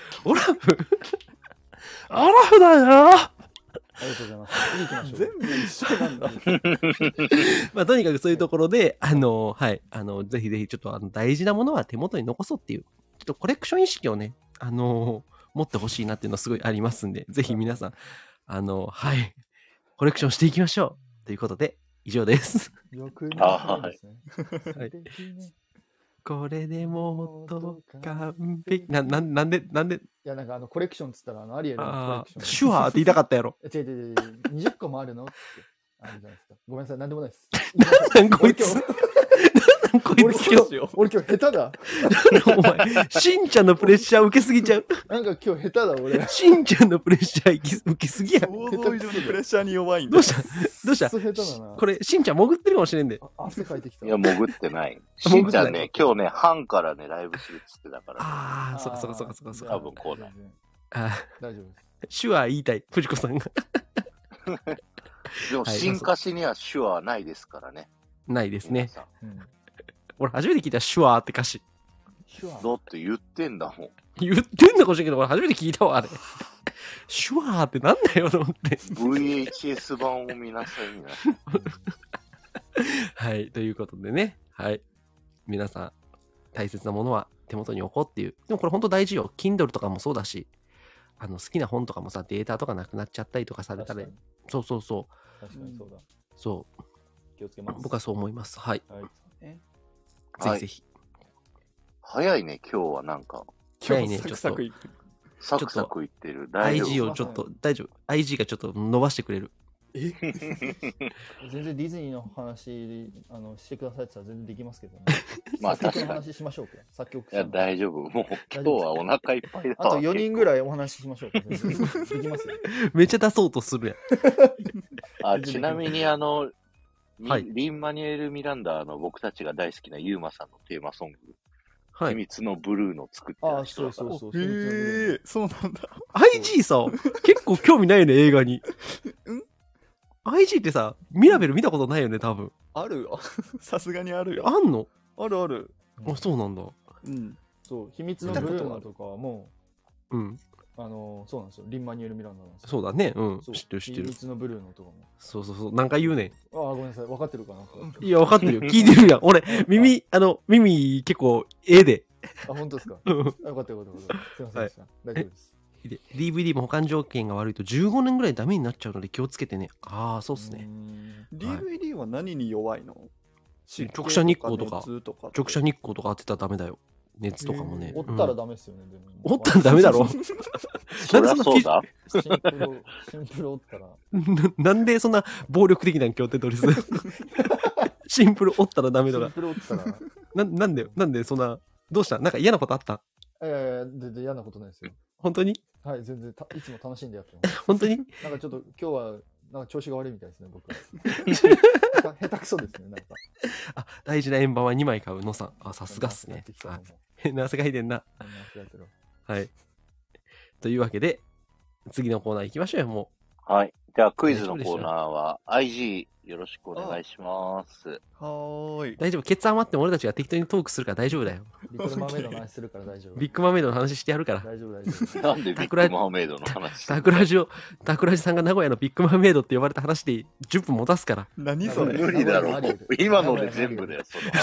だよ。 ありがとうございます。次行きましょう。 全部一緒なんだ。 まあ、とにかくそういうところで、はい、ぜひぜひちょっと大事なものは手元に残そうっていう、ちょっとコレクション意識をね、持ってほしいなっていうのはすごいありますんで、ぜひ皆さん、はい、コレクションしていきましょう。ということで、以上です。 よくね。 はい。 これでもっと完璧。なんでいや、なんかコレクションっつったら、アリエルのコレクション。 シュワーって言いたかったやろ。 違う。20個もあるのって。あるじゃないですか。ごめんなさい、なんでもないです。 なんこいつ。こいつ俺今日下手だ。 お前、しんちゃんのプレッシャー受けすぎちゃう。 なんか今日下手だ、俺。 しんちゃんのプレッシャー受けすぎや。 想像以上にプレッシャーに弱いんだ。 どうしたこれ、しんちゃん潜ってるかもしれんで。 汗かいてきた。 いや、潜ってない。しんちゃんね、今日ね、半からね、ライブするっつってたから。 ああ、そうか。 多分こうだ。 大丈夫です。 手話言いたい、藤子さんが。 でも、新歌詞には手話はないですからね。 ないですね。俺初めて聞いた手話って歌詞。 だって言ってんだもん。 言ってんのかもしれんけど、俺初めて聞いたわ、あれ。手話ってなんだよと思って。 VHS 版を見なさい、皆さん。 はい、ということでね。はい。皆さん、大切なものは手元に置こうっていう。でもこれ本当大事よ。Kindle とかもそうだし、好きな本とかもさ、データとかなくなっちゃったりとかされたら、そう。 確かにそうだ。 そう。 気をつけます。 僕はそう思います。はい。ぜひぜひ。 早いね、今日はなんか。 早いね、ちょっと。 サクサクいってる。 IG をちょっと、大丈夫。IG がちょっと伸ばしてくれる。 全然ディズニーの話してくださいって言ったら全然できますけどね。 まあ作曲の話しましょうか。作曲。 いや、大丈夫。もう今日はお腹いっぱいだわ。 あと4人ぐらいお話ししましょうか。できますよ。 めっちゃ出そうとするやん。ちなみにリン・マニュエル・ミランダの僕たちが大好きなユーマさんのテーマソング。秘密のブルーの作ってる人だから。 そう。 そうなんだ。 IG さ、結構興味ないよね、映画に。IG ってさ、ミラベル見たことないよね、多分。 あるよ。さすがにあるよ。 あんの？ ある。 あ、そうなんだ。 そう、秘密のブルーノとかはもう、 そうなんですよ。リン・マニュエル・ミランダなんですよ。 そうだね。知ってる。 秘密のブルーノとかも。 そう。何回言うねん。 ごめんなさい。分かってるかな。 いや、分かってるよ。聞いてるやん。俺、耳結構、で。 本当ですか。よかったよかった。すいませんでした。大丈夫です。 DVD も保管条件が悪いと15年ぐらいダメになっちゃうので気をつけてね。ああ、そうっすね。 DVD は何に弱いの？ 直射日光とか直射日光とか当てたらダメだよ。熱とかもね。 折ったらダメっすよね。 折ったらダメだろ。 そりゃそうだ。 シンプル折ったら。 なんでそんな暴力的なん今日テトリス。シンプル折ったらダメとか。 シンプル折ったら。 なんでそんな、どうした？なんか嫌なことあった？ 全然嫌なことないですよ。 本当に？ はい、全然いつも楽しんでやってます。 本当に？ なんかちょっと今日はなんか調子が悪いみたいですね、僕。下手くそですね、なんか。 大事な円盤は2枚買うのさん。さすがっすね。変な汗かいてんな。はい。というわけで、次のコーナー行きましょうよ、もう。はい。じゃあ、クイズのコーナーは、IG、よろしくお願いします。 はい。 大丈夫。ケツ余っても俺たちが適当にトークするから大丈夫だよ。 ビッグマーメイドの話するから大丈夫。 ビッグマーメイドの話してやるから。 大丈夫、大丈夫。 なんでビッグマーメイドの話タクラジさんが名古屋のビッグマーメイドって呼ばれた話で10分持たすから。 何それ？ 無理だろ。今ので全部だよ、その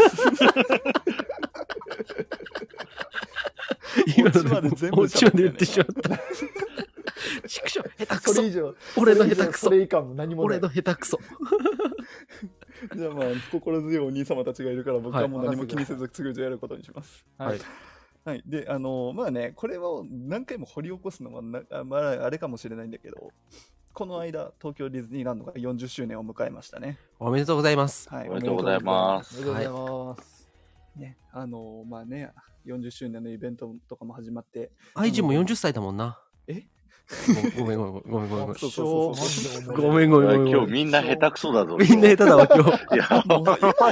今ので全部言ってしまった。畜生、下手くそ。俺の下手くそ。俺の下手くそ。 じゃあまあ、心強いお兄様たちがいるから、僕はもう何も気にせず、次々やることにします。 はい。 はい。で、まあね、これを何回も掘り起こすのはまあ、あれかもしれないんだけど、この間、東京ディズニーランドが40周年を迎えましたね。 おめでとうございます。 はい。おめでとうございます。 おめでとうございます。 ね、まあね、40周年のイベントとかも始まって。 IG も40歳だもんな。ごめん。 今日みんな下手くそだぞ。 みんな下手だわ、今日。やば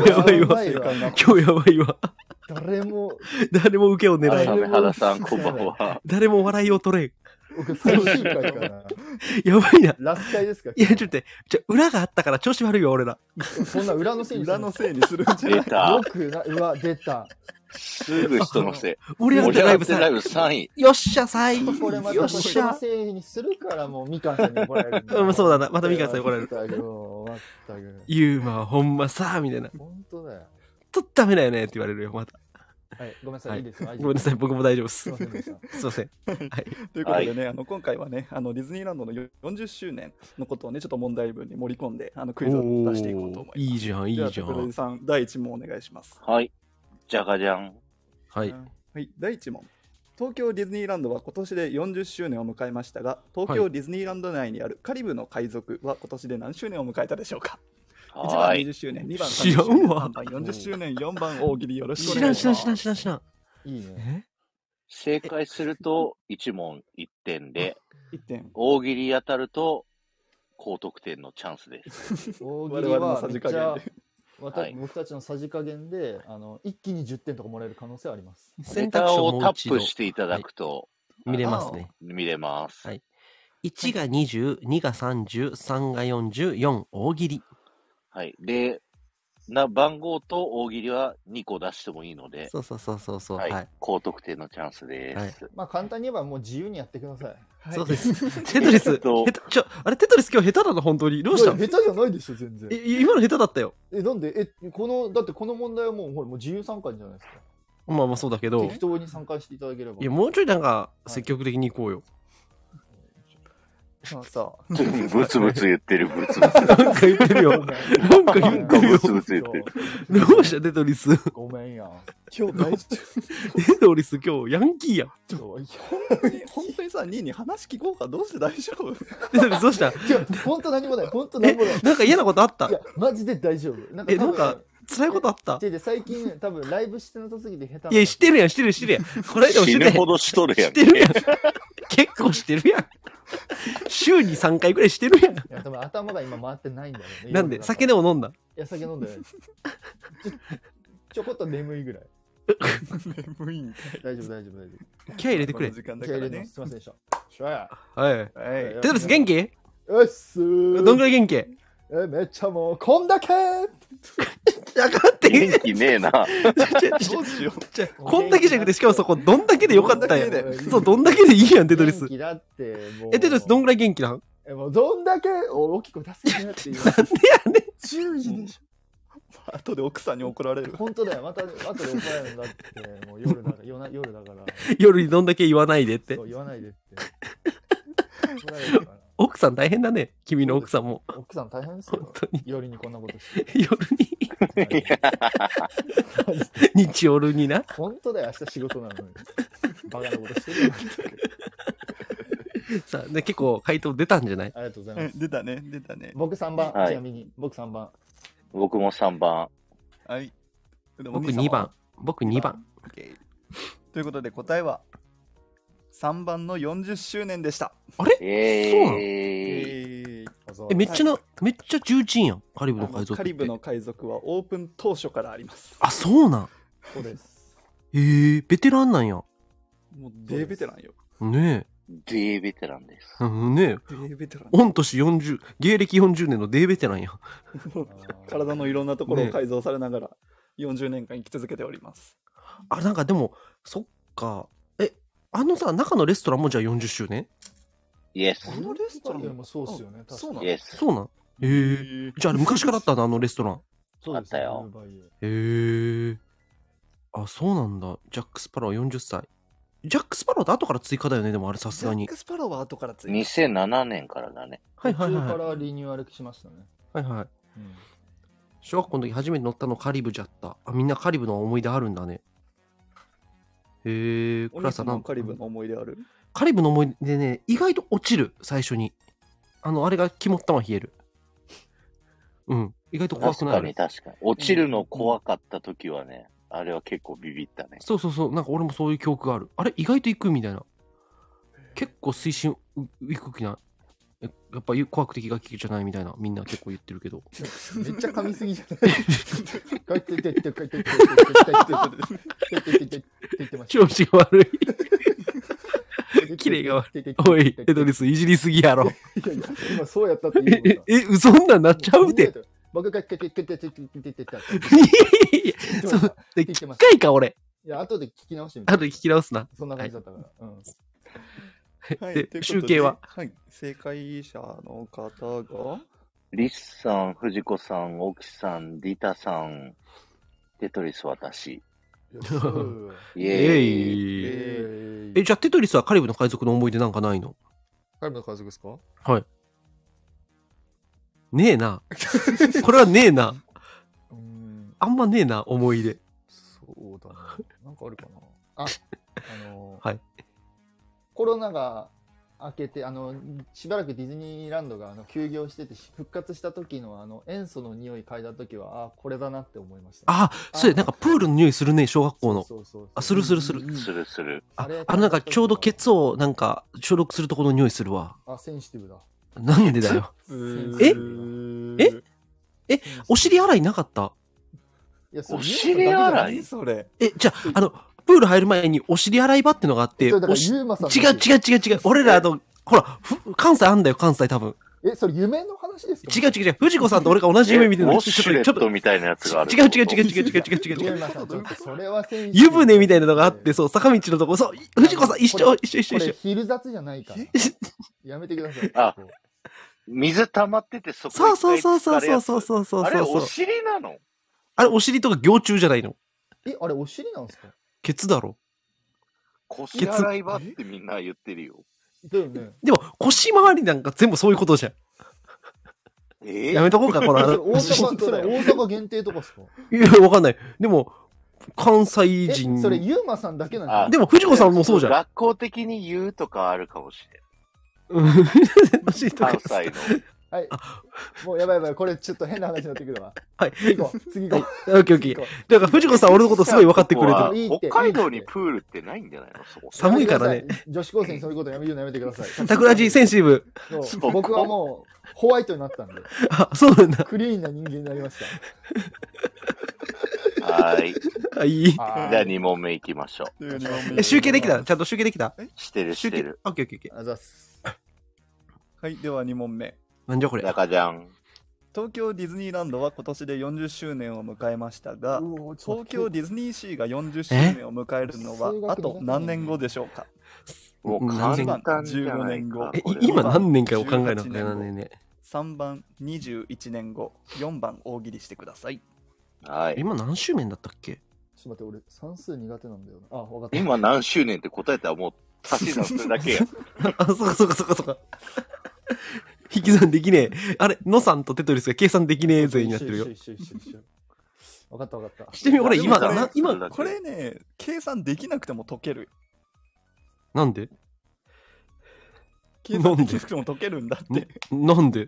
いわ。誰も受けを狙え。 亀原さん、こんばんは。 誰も笑いを取れん。 僕、最終回かな。 やばいな。 ラス回ですか？ いや、ちょっと待って、裏があったから調子悪いよ、俺ら。 そんな裏のせいにするんじゃない？ 出た。 出た。 すぐ人のせい。 俺らってライブ 3位。 よっしゃ、3位。 これまた人のせいにするから、もうみかんさんに怒られる。 そうだな。またみかんさんに怒られる。ユーマはほんまさ、みたいな。 本当だよ。 ダメだよねって言われるよ、また。 はい、ごめんなさい、いいですよ。 ごめんなさい、僕も大丈夫です。すいません。 はい。ということでね、今回はね、ディズニーランドの40周年のことをね、ちょっと問題文に盛り込んで、クイズを出していこうと思います。 いいじゃん。 じゃあ、テトリさん、第1問お願いします。 はい。じゃがじゃん。 はい。 第1問。東京ディズニーランドは今年で40周年を迎えましたが、東京ディズニーランド内にあるカリブの海賊は今年で何周年を迎えたでしょうか？1番20周年、2番30周年、3番40周年、4番大喜利、よろしくお願いします。 知らん。 いいね。 正解すると1問1点で、 1点。 大喜利当たると高得点のチャンスです。 大喜利はめっちゃ僕たちのさじ加減で一気に10点とかもらえる可能性はあります。 ネタをタップしていただくと、 見れますね。 見れます。 はい。1が20、2が30、3が40、4大喜利。 はい。で、番号と大喜利は2個出してもいいので、 そう。 はい。高得点のチャンスです。 まあ簡単に言えばもう自由にやってください。 そうです。テトリス、あれテトリス今日下手だな、本当に。どうした？ 下手じゃないでしょ、全然。 今の下手だったよ。 なんでだってこの問題はもう自由参加じゃないですか。 まあそうだけど。 適当に参加していただければ。 いや、もうちょいなんか積極的に行こうよ。 さあ。 ブツブツ言ってる、ブツブツ。 なんか言ってるよ。 ブツブツ言ってる。 どうしたテトリス。 ごめんや。 今日大丈夫。 テトリス今日ヤンキーやん。 本当にさ、2位に話聞こうか。どうして大丈夫？ テトリスどうした？ 本当何もない。本当何もない。 なんか嫌なことあった？ いや、マジで大丈夫。 なんか辛いことあった？ 最近多分ライブしてなさすぎて下手。 いや、してるやん。これでも死ぬほどしとるやん。 してるやん。結構してるやん。週に3回ぐらいしてるやん。いや、多分頭が今回ってないんだよね。 なんで酒でも飲んだ？ いや、酒飲んでない。ちょこっと眠いぐらい。 眠いんかい。 大丈夫。 気合入れてくれ。 気合入れてます。すいませんでした。しょや。 はい。テトリス元気？ よっすー。 どんぐらい元気？ めっちゃもう、こんだけやかって元気ねえな。どうしよう。 こんだけじゃなくて、しかもそこ、どんだけでよかったんや。そう、どんだけでいいやん、テトリス。 元気だってもう。 テトリスどんぐらい元気なん？ もうどんだけ大きく出せなって言う。 なんでやねん。 10時でしょ。 後で奥さんに怒られる。 本当だよ。また後で怒られるんだって。もう夜だから、夜だから。 夜にどんだけ言わないでって。 そう、言わないでって。 奥さん大変だね。君の奥さんも。 奥さん大変ですよ。本当に。夜にこんなことして。 夜に。日夜にな。 本当だよ。明日仕事なのに。バカなことしてるよ。 さあ、ね、結構回答出たんじゃない？ ありがとうございます。 出たね。 僕3番、ちなみに。僕3番。 僕も3番。 はい。 僕2番。僕2番。 ということで答えは3番の40周年でした。 あれ？そうなの？めっちゃ重鎮やん。カリブの海賊。 カリブの海賊はオープン当初からあります。 あ、そうなん。 そうです。 ベテランなんや。 もうデーベテランよ。 ねえ。 デーベテランです。 ねえ。御年40、芸歴40年のデーベテランや。 体のいろんなところを改造されながら40年間生き続けております。 あ、なんかでも、そっか。さ、中のレストランもじゃあ40周年？ イエス。 あのレストランもそうっすよね。 そうなん？ そうなん？じゃああれ昔からあったんだ、あのレストラン。 そうです。あったよ。 あ、そうなんだ。ジャック・スパローは40歳。ジャック・スパローって後から追加だよね、でもあれさすがに。 ジャック・スパローは後から追加。 2007年からだね。 途中からリニューアルしましたね。 はいはい。小学校の時初めて乗ったのカリブじゃった。あ、みんなカリブの思い出あるんだね。クラスはカリブの思い出ある？ カリブの思い出ね、意外と落ちる、最初に。あれが肝っ玉冷える。うん。意外と怖くない。 確かに。落ちるの怖かった時はね、あれは結構ビビったね。 そう。なんか俺もそういう記憶がある。あれ意外と行くみたいな。結構水深行く気な。やっぱ怖くて気が利くじゃないみたいな、みんな結構言ってるけど。 めっちゃ噛みすぎじゃない？ 調子が悪い。キレが悪い。おい、エドリスいじりすぎやろ。 今そうやったって言うの。 嘘んなんなっちゃうで。 僕がそう、1回か俺。 いや、後で聞き直してみて。後で聞き直すな。 そんな感じだったから。 で、集計は？ はい。正解者の方がリスさん、藤子さん、沖さん、リタさん、テトリス私。 イエーイ。じゃあテトリスはカリブの海賊の思い出なんかないの？ カリブの海賊ですか？ はい。ねえな。これはねえな。あんまねえな、思い出。 そうだな。なんかあるかな。 はい。 コロナが明けて、しばらくディズニーランドが休業してて、復活した時の塩素の匂い嗅いだ時は、これだなって思いました、 ね。そうや、なんかプールの匂いするね、小学校の。する。 する。 なんかちょうどケツをなんか消毒するところの匂いするわ。 センシティブだ。 なんでだよ。お尻洗いなかった？ お尻洗い？ それ。 じゃあ、プール入る前にお尻洗い場ってのがあって、違う。俺らほら、関西あんだよ、関西多分。 それ夢の話ですか？ 違う。藤子さんと俺が同じ夢見てるの。 ウォッシュレットみたいなやつがある。 違う。湯船みたいなのがあって、そう、坂道のとこ、そう、藤子さん一緒。これ、昼雑じゃないから。やめてください。 水溜まっててそこそう。 あれ、お尻なの？ あれ、お尻とか蟯虫じゃないの？ あれ、お尻なんですか？ ケツだろ。 腰洗い場ってみんな言ってるよ。 だよね。 でも、腰回りなんか全部そういうことじゃん。やめとこうか、この話。 大阪限定とかですか？ いや、わかんない。でも、関西人。 それ、ゆうまさんだけなんだ。 でも、藤子さんもそうじゃん。 学校的に言うとかあるかもしれん。関西の。 はい。もうやばい。これちょっと変な話になってくるわ。 はい。 次行こう。 オッケー。だから藤子さん俺のことすごい分かってくれてる。北海道にプールってないんじゃないの？ 寒いからね。 女子高生にそういうこと言うのやめてください。 桜地センシティブ。 僕はもうホワイトになったんで。 そうなんだ。 クリーンな人間になりました。 はい。 いい。 じゃあ2問目いきましょう。集計できた？ちゃんと集計できた？ してる。 オッケー。 あざす。 はい、では2問目。 なんじゃこれ。 中じゃん。 東京ディズニーランドは今年で40周年を迎えましたが、東京ディズニーシーが40周年を迎えるのはあと何年後でしょうか？ もう簡単じゃないか。15年後。 今何年かを考えなきゃいけないね。 3番21年後、4番大喜利してください。 はい。 今何周年だったっけ？ ちょっと待って、俺算数苦手なんだよな。あ、分かった。 今何周年って答えたらもう足し算するだけや。 あ、そうか。引き算できねえ。あれ、ノさんとテトリスが計算できねえ勢になってるよ。 一緒。分かった。 してみ、俺今、 これね、計算できなくても解ける。 なんで？ 計算できなくても解けるんだって。 なんで？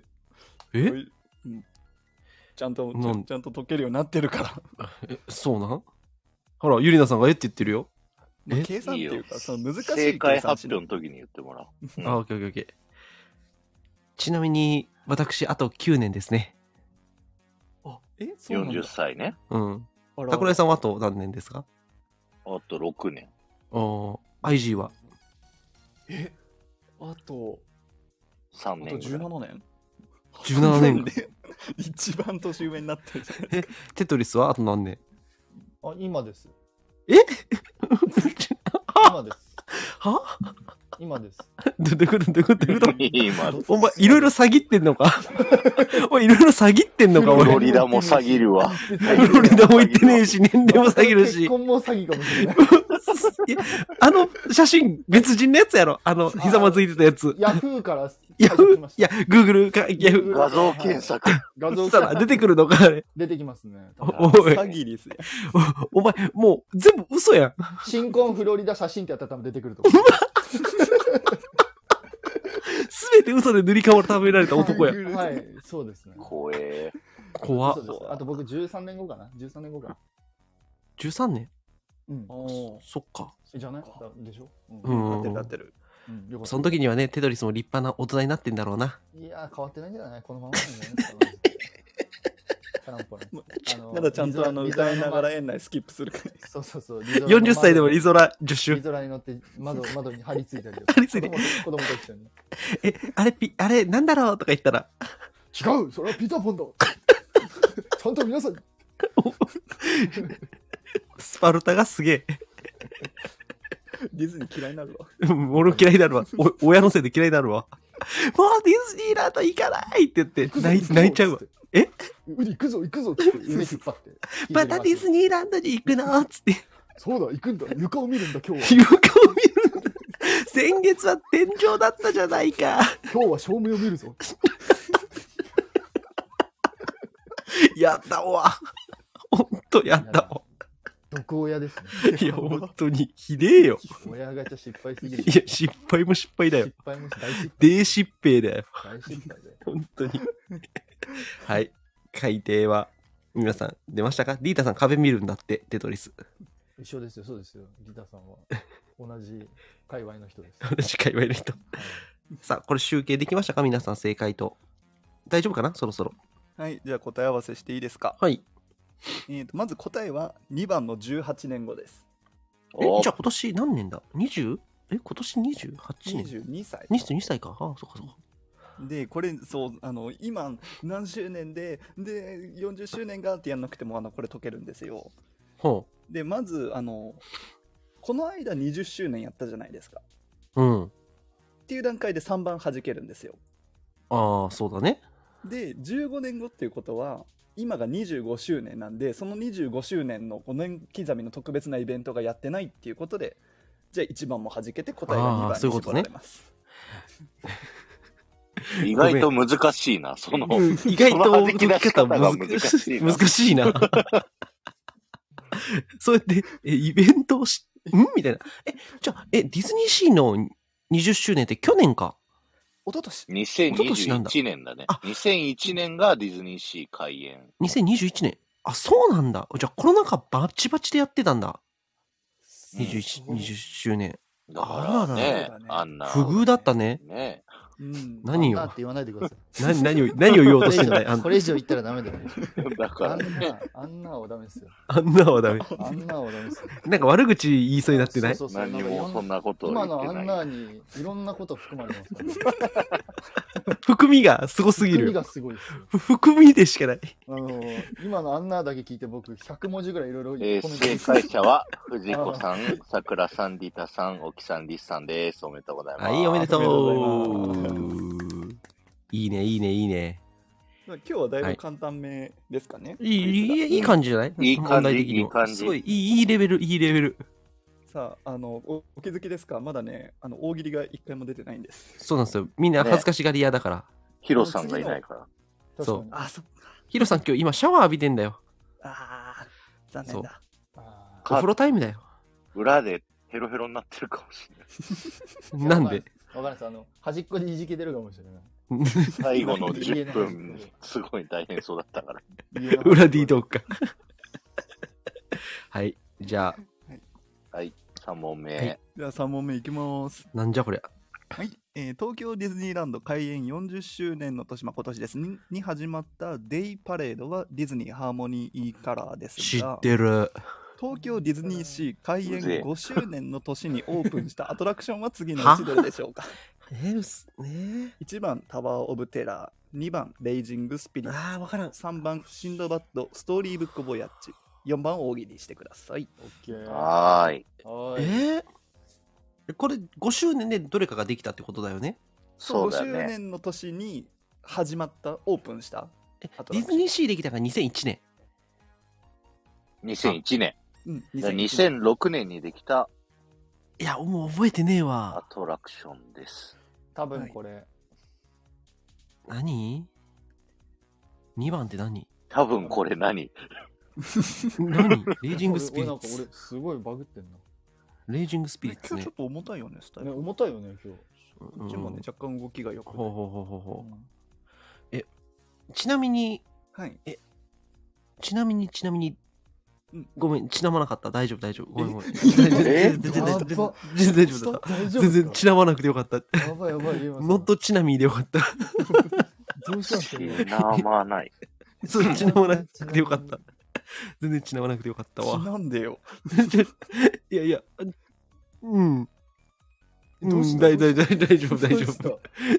ちゃんと解けるようになってるから。 そうなん？ほら、ゆりなさんがって言ってるよ。 計算っていうか、その難しい正解発表の時に言ってもらう。 あ、オッケー。ちなみに、私、あと9年ですね。 そうなんだ。 40歳ね。 うん。桜井さんはあと何年ですか？ あと6年。 IG はあと 3年。 あと17年 17年で一番年上になってるじゃないですか。 テトリスはあと何年？ 今です。 え今です。 は？ 今です。 どういうこと今お前、いろいろ詐欺ってんのか？お前、いろいろ詐欺ってんのか？ フロリダも詐欺るわ。 フロリダも行ってねえし、年齢も詐欺るし。 結婚も詐欺かもしれない。 あの写真、別人のやつやろ？ひざまずいてたやつ。 ヤフーから。 ヤフー？いや、グーグルか、ヤフー。 画像検索。 したら出てくるのか、あれ。 出てきますね。 詐欺ですよ。 お前、もう、全部嘘やん。 新婚フロリダ写真ってやったら多分出てくると思う。 すべて嘘で塗り替わる食べられた男や。 はい、そうですね。 怖え。 怖っ。 あと僕13年後かな。13年後かな。 13年？ うん。 そっか。 じゃないでしょ？ なってる。 その時にはね、テトリスも立派な大人になってんだろうな。 いやー、変わってないんじゃない？このままなんじゃないですか。 まだちゃんと歌いながら園内スキップするから。 そう。 40歳でもリゾラ助手。 リゾラに乗って窓に張り付いたりとか。張り付いて。 子供と一緒に。 あれ、なんだろうとか言ったら。 違う、それはピーターパンだ。ちゃんと皆さん。 スパルタがすげえ。 ディズニー嫌いになるわ。 俺嫌いになるわ。親のせいで嫌いになるわ。もうディズニーランド行かないって言って泣いちゃうわ。 行くぞって腕引っ張って。 またディズニーランドに行くのつって。 そうだ、行くんだ。床を見るんだ、今日は。 床を見るんだ。先月は天井だったじゃないか。 今日は照明を見るぞ。 やったわ。ほんとやったわ。 毒親ですね。いや、ほんとに。ひでえよ。 親ガチャ失敗すぎる。 いや、失敗も失敗だよ。 失敗も大失敗。 大失敗だよ。 大失敗だよ。 ほんとに。はい。海底は、皆さん出ましたか？リータさん壁見るんだって、テトリス。 一緒ですよ、そうですよ。リータさんは。同じ界隈の人です。 同じ界隈の人。さあ、これ集計できましたか？皆さん正解と。大丈夫かな？そろそろ。 はい、じゃあ答え合わせしていいですか？ はい。 まず答えは2番の18年後です。 じゃあ今年何年だ？ 20？ 今年28年？ 22歳。 22歳か。ああ、そっかそっか。 で、これ、そう、今、何周年で、40周年がってやんなくても、これ解けるんですよ。で、まず、この間20周年やったじゃないですか。っていう段階で3番弾けるんですよ。 ああ、そうだね。 で、15年後っていうことは、今が25周年なんで、その25周年の5年刻みの特別なイベントがやってないっていうことで、じゃあ1番も弾けて答えが2番に絞られます。 意外と難しいな、 意外と弾き方が難しいな。そうやって、イベントをみたいな。じゃあ、ディズニーシーの20周年って去年か。 一昨年。 2021年だね。2001年がディズニーシー開園。 2021年。あ、そうなんだ。じゃあコロナ禍バチバチでやってたんだ。20周年。 だからね、あんな。 不遇だったね。 ね。 何をって言わないでください。何を言おうとしてんだよ。 これ以上言ったらダメだよ。 だからね。 あんなはダメですよ。 あんなはダメ。 あんなはダメですよ。 なんか悪口言いそうになってない？ 何もそんなこと今のあんなにいろんなこと含まれますから。 含みがすごすぎる。 含みがすごいです。 含みでしかない。 今のあんなだけ聞いて僕100文字ぐらいいろいろ正解者は藤子さん、桜さん、リタさん、沖さん、リスさんです。おめでとうございます。 はい、おめでとう。いいね。 今日はだいぶ簡単めですかね。 いい感じじゃない？ いい感じ、いい感じ。 すごい、いいレベル、いいレベル。 さあ、お気づきですか？まだね、大喜利が一回も出てないんです。 そうなんですよ。みんな恥ずかしがり屋だから。 ヒロさんがいないから。 そう。 あ、そっか。 ヒロさん今日今シャワー浴びてんだよ。 ああ、残念だ。 お風呂タイムだよ。 裏でヘロヘロになってるかもしれない。なんで？ わかんないです。端っこでいじけてるかもしれない。 最後の10分、すごい大変そうだったから。 裏 D トークか。はい。じゃあ。はい。3問目。 はい、じゃあ3問目いきます。 なんじゃこりゃ。 はい、東京ディズニーランド開園40周年の年、今年ですねに始まったデイパレードはディズニーハーモニーカラーですが、 知ってる。 東京ディズニーシー開園5周年の年にオープンしたアトラクションは次のうちどれでしょうか？1番タワーオブテラー、2番レイジングスピリッツ、 わからん。 3番シンドバッドストーリーブックボヤッチ、4番大喜利してください。 はーい。 これ5周年でどれかができたってことだよね。 そうだね。5周年の年に始まったオープンしたディズニーシーできたが2001年。 2001年。2006年にできた。 いや、もう覚えてねえわ。 アトラクションです。 多分これ。 何 ?2 番って何？ 多分これ何？ 何？レイジングスピリッツ。 俺すごいバグってんな。 レイジングスピリッツね。 今日ちょっと重たいよね、スタイル。 重たいよね、今日。 こっちもね、若干動きがよく。 ちなみに、 はい。 ちなみに、ごめん、血なまなかった。大丈夫。ごめん。全然大丈夫だった。全然血なまなくてよかった。 やばい。 ノットチナミーでよかった。 どうしたんですか？ 血なまない。 そう、血なまなくてよかった。全然血なまなくてよかったわ。 なんでよ。 いや、うん。大丈夫。 大丈夫。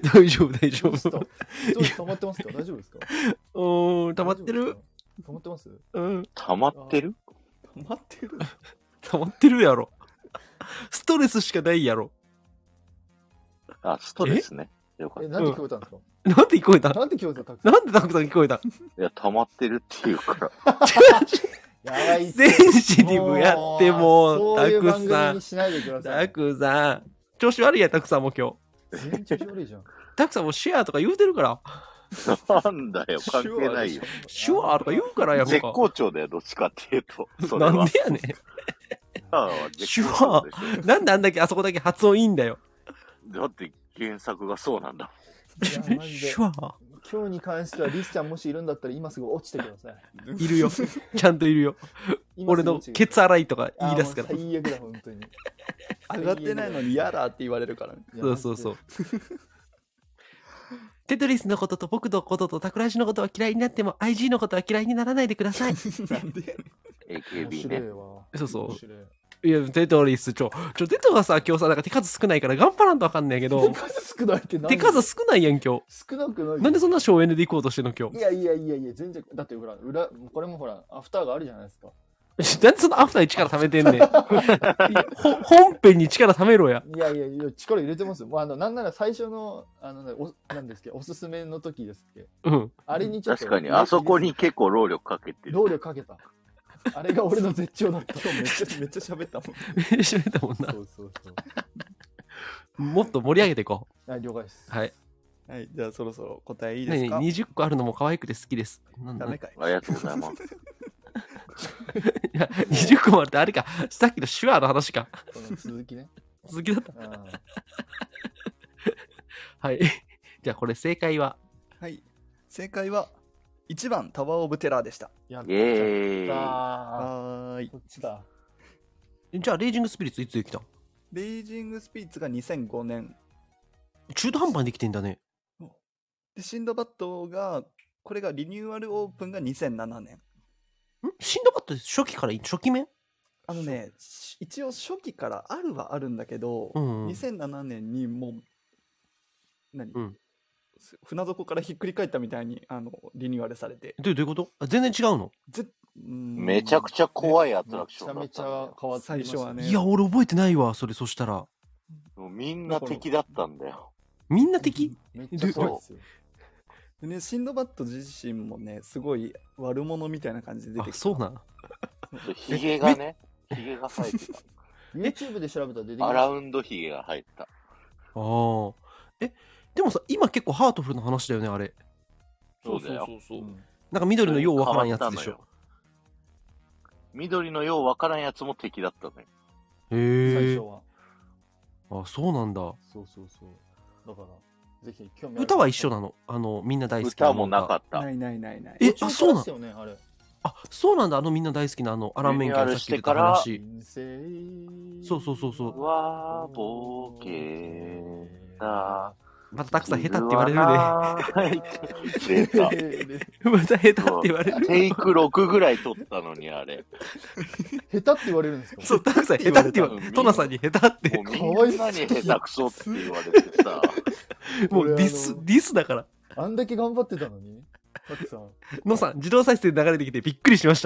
溜まってますか？大丈夫ですか？ 溜まってる？ 溜まってます？ 溜まってる？ 溜まってるやろ。ストレスしかないやろ。 あ、ストレスね。よかった。 なんで聞こえたんですか？ なんで聞こえた？ なんで聞こえた？ なんでたくさん聞こえた？ いや、溜まってるっていうから。 やばい。 センシティブやってもう、たくさん。調子悪いや、たくさんも今日。 全然調子悪いじゃん。 たくさんもシェアとか言うてるから。 なんだよ、関係ないよ。 シュワーとか言うからやんか。 絶好調だよ、どっちかっていうと。 なんでやねん。シュワー。なんであんだけあそこだけ発音いいんだよ。 だって原作がそうなんだシュワー。 今日に関してはリスちゃんもしいるんだったら今すぐ落ちてください。いるよ。ちゃんといるよ。俺のケツ洗いとか言い出すから。 最悪だ、本当に。 上がってないのにやだって言われるからね。 そう。テトリスのことと僕のこととタクラシのことは嫌いになっても IG のことは嫌いにならないでください。 なんで AKB ね。 そう。いや、テトリス、テトがさ、今日さ、なんか手数少ないから頑張らんとわかんないけど。 手数少ないって何？ 手数少ないやん、今日。 少なくない。 なんでそんな省エネで行こうとしてんの、今日。 いや、全然。だってほら、これもほら、アフターがあるじゃないですか。 なんでそのアフターに力貯めてんねん。本編に力貯めろや。 いや、力入れてますよ。なんなら最初の、なんですけど、おすすめの時ですっけ。あれにちょっと。 確かに、あそこに結構労力かけてる。 労力かけた。あれが俺の絶頂だった。 めっちゃ喋ったもん。 喋ったもんな。 そう。 もっと盛り上げていこう。はい、了解です。 はい。 はい、じゃあそろそろ答えいいですか ？20個あるのも可愛くて好きです。 ダメかい。 ありがとうございます。 いや、20個もあるってあれか。さっきの手話の話か。 この続きね。 続きだった。はい。じゃあこれ正解は？ はい。正解は1番タワーオブテラーでした。 やったー。 はい。 こっちだ。 じゃあレイジングスピリッツいつできた？ レイジングスピリッツが2005年。 中途半端にできてんだね。 で、シンドバッドが、これがリニューアルオープンが2007年。 シンドバッド初期面？ 一応初期からあるはあるんだけど、2007年にもう、船底からひっくり返ったみたいにリニューアルされて。 どういうこと？全然違うの？ めちゃくちゃ怖いアトラクションだった。 めちゃめちゃ変わって最初はね。 いや、俺覚えてないわ、そしたら。 みんな敵だったんだよ。 みんな敵？ めっちゃ怖いですよ。 ね、シンドバッド自身もね、すごい悪者みたいな感じで出てきた。 そうなん。 ヒゲがね、ヒゲが生えてた。 YouTube で調べたら出てきた。 アラウンドヒゲが生えてた。 ああ。でもさ、今結構ハートフルな話だよね、あれ。 そうだよ。 なんか緑のようわからんやつでしょ。 緑のようわからんやつも敵だったね。 へえ。 最初は。 あ、そうなんだ。 そう。だから、ぜひ興味ある。 歌は一緒なの。みんな大好きな。歌もなかった。 ない。 あ、そうなんですよね、あれ。 あ、そうなんだ。みんな大好きなアランメンケンさっき言った話。そう。 わー、冒険だ。 またたくさん下手って言われるね。また下手って言われる。 テイク6ぐらい取ったのに、あれ。 下手って言われるんですか？ そう、たくさん下手って言われる。トナさんに下手って。 みんなに下手くそって言われてさ。 もうディスだから。 あんだけ頑張ってたのに。たくさん。 のさん、自動再生で流れてきてびっくりしました。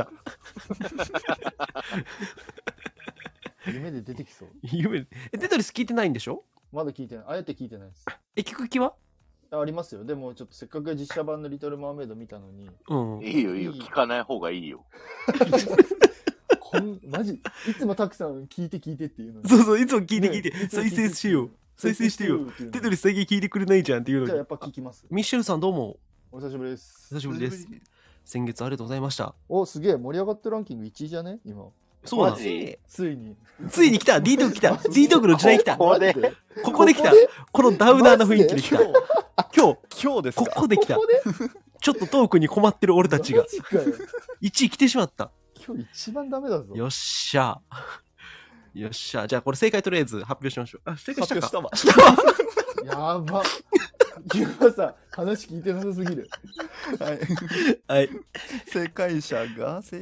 夢で出てきそう。 夢で。テトリス聞いてないんでしょ？ まだ聞いてない。あえて聞いてないです。 聞く気は？ ありますよ。でもちょっとせっかく実写版のリトル・マーメイド見たのに。 いいよ。聞かない方がいいよ。 マジいつもたくさん聞いてっていうのに。 そう、いつも聞いて。再生してよ。テトリス最近聞いてくれないじゃんっていうのに。 じゃあやっぱ聞きます。 ミッシェルさんどうも。 お久しぶりです。 久しぶりです。先月ありがとうございました。 お、すげえ盛り上がってるランキング1位じゃね今。 そうなの。 ついに来た。D トーク来た。D トークの時代来た。ここで来た。このダウナーの雰囲気で来た。今日ですか？ここで来た。ちょっとトークに困ってる俺たちが。1位来てしまった。 今日一番ダメだぞ。 よっしゃ。じゃあこれ正解とりあえず発表しましょう。あ、正解したわ。 やば。今さ、話聞いてなさすぎる。 はい。 正解者がはい。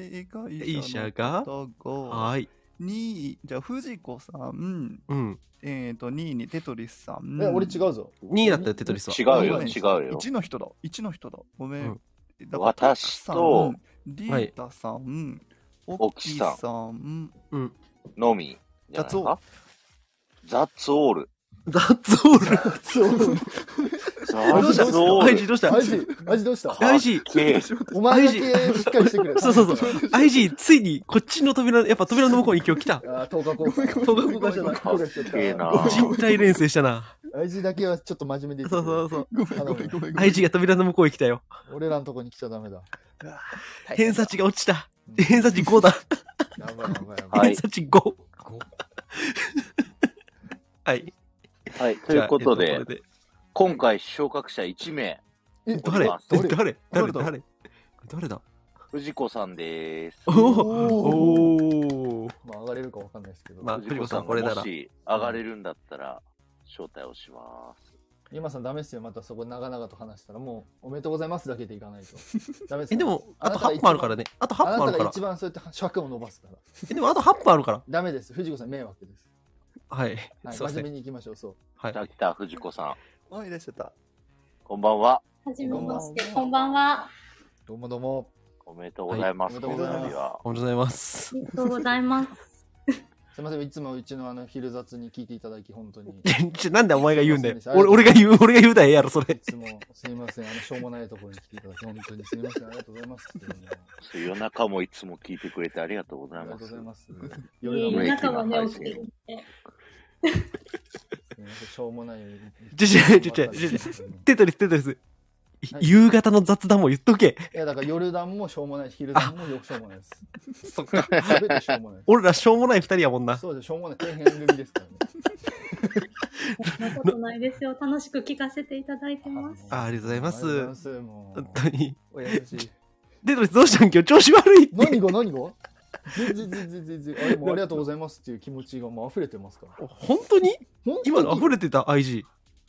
2位、じゃあ藤子さん。2位にテトリスさん。 俺違うぞ。 2位だったよ、テトリスは。 違うよ。 1の人だ。ごめん。 私と、 リータさん、オキさん、 のみ。ザッツオール。 ザッツオール。アイジどうしたアイジお前だけしっかりしてくれ。 そう。アイジついにこっちの扉の向こうに今日来た。 10日交換したな。 人体連成したな。 アイジだけはちょっと真面目で。 そう。アイジが扉の向こうに来たよ。 俺らのとこに来ちゃダメだ。 偏差値が落ちた。偏差値5だ。偏差値5。はい。 はい、ということで、今回昇格者1名。 誰だ藤子さんでーす。 お。まあ上がれるかわかんないですけど。 藤子さんこれなら。 もし上がれるんだったら、招待をします。 今さんダメっすよ。またそこ長々と話したら、もうおめでとうございますだけでいかないと。ダメっす。 でも、あと8分あるからね。あと8分あるから。あなたが一番そうやって尺を伸ばすから。 でもあと8分あるから。 ダメです。藤子さん迷惑です。 はい。 真面目に行きましょう。そう。 来た、藤子さん。 いらっしゃった。 こんばんは。 はじめまして。こんばんは。 どうも。 おめでとうございます。 おめでとうございます。 ありがとうございます。 すみません、いつもうちの昼雑に聞いていただき、本当に。 なんでお前が言うんだよ。俺が言うたらええやろ、それ。 いつもすみません、しょうもないところに来ていただき、本当にすみません、ありがとうございます。 夜中もいつも聞いてくれてありがとうございます。 ありがとうございます。 夜中もね、起きてるんで。 しょうもない。 テトリス。夕方の雑談も言っとけ。 いや、だから夜談もしょうもないし、昼談もしょうもないです。 そっか。 全てしょうもない。 俺らしょうもない2人やもんな。 そうです、しょうもない底辺組ですからね。 そんなことないですよ。楽しく聞かせていただいてます。 ありがとうございます。 本当に。 おやすし。 テトリスどうしたん今日調子悪いって。 何が全然。ありがとうございますっていう気持ちがもう溢れてますから。 本当に今の溢れてた IG。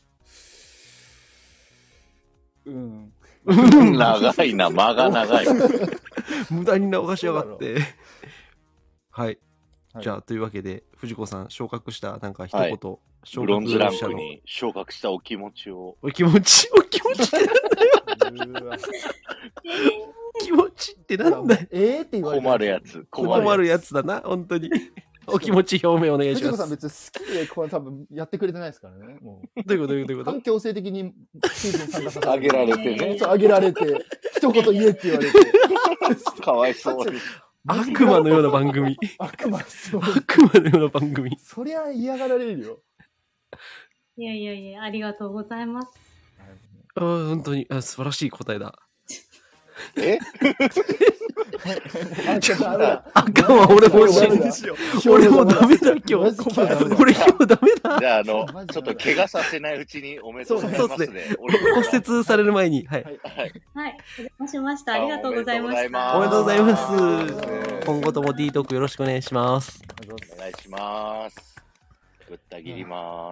長いな、間が長い。 無駄に流しやがって。はい。じゃあ、というわけで、藤子さん、昇格した、なんか一言、 ブロンズランクに昇格したお気持ちを。 お気持ちってなんだよ。気持ちってなんだよ。 って言われ困るやつ。 困るやつだな、本当に。 お気持ち表明お願いします。 藤子さん別に好きでこれ多分やってくれてないですからね。もうどういうこと環境性的にシーズン参加させてあげられてね。 あげられて、一言言えって言われて。 かわいそうに。 悪魔のような番組。 悪魔そう。 悪魔のような番組。 そりゃ嫌がられるよ。 いやいやいや、ありがとうございます。 本当に素晴らしい答えだ。あかんわ、俺もダメだ。俺もダメだ、今日。俺今日ダメだ。 じゃあ、ちょっと怪我させないうちにおめでとうございますね。 骨折される前に。はい。 はい。お邪魔しました。ありがとうございました。 おめでとうございます。今後とも D トークよろしくお願いします。 お願いします。ぶった切ります。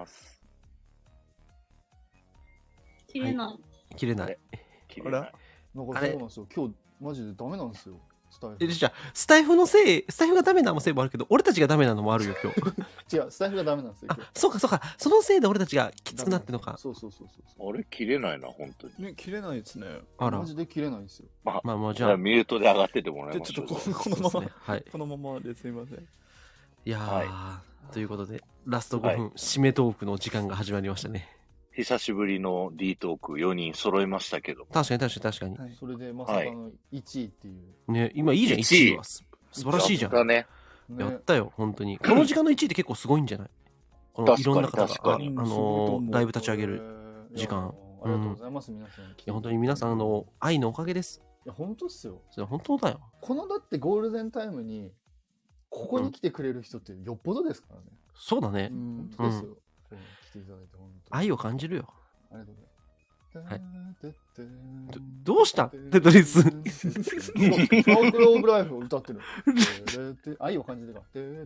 切れない。 切れない。 切れない。 なんかそうなんですよ。今日マジでダメなんですよ。 じゃあスタイフのせい、スタイフがダメなのせいもあるけど、俺たちがダメなのもあるよ今日。違う、スタイフがダメなんですよ。 そうかそうか、そのせいで俺たちがきつくなってるのか。 そう。 あれ切れないな本当に。 ね、切れないですね。 あら。マジで切れないんですよ。 まあじゃあミュートで上がっててもらいましょう。ちょっとこのまま、はい、このままですいません。 いやー、ということでラスト5分締めトークの時間が始まりましたね。 久しぶりの D トーク4人揃いましたけど。 確かに。 それでまさかの1位っていう。 ね、今いいじゃん、1位は。素晴らしいじゃん。やったよ、本当に。この時間の1位って結構すごいんじゃない？このいろんな方が、ライブ立ち上げる時間。 ありがとうございます、皆さん。いや、本当に皆さんの愛のおかげです。 いや、本当っすよ。 それ本当だよ。 このだってゴールデンタイムに、ここに来てくれる人ってよっぽどですからね。 そうだね。 本当ですよ。来ていただいて本当に。 愛を感じるよ。 ありがとうございます。はい。 どうしたテトリス。 サークルオブライフを歌ってる。愛を感じてか。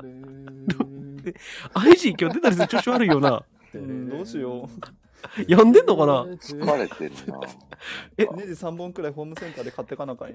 IG 今日テトリス調子悪いよな。 どうしよう。 病んでんのかな？ 疲れてるな。 ネジ3本くらいホームセンターで買ってかなあかんやん。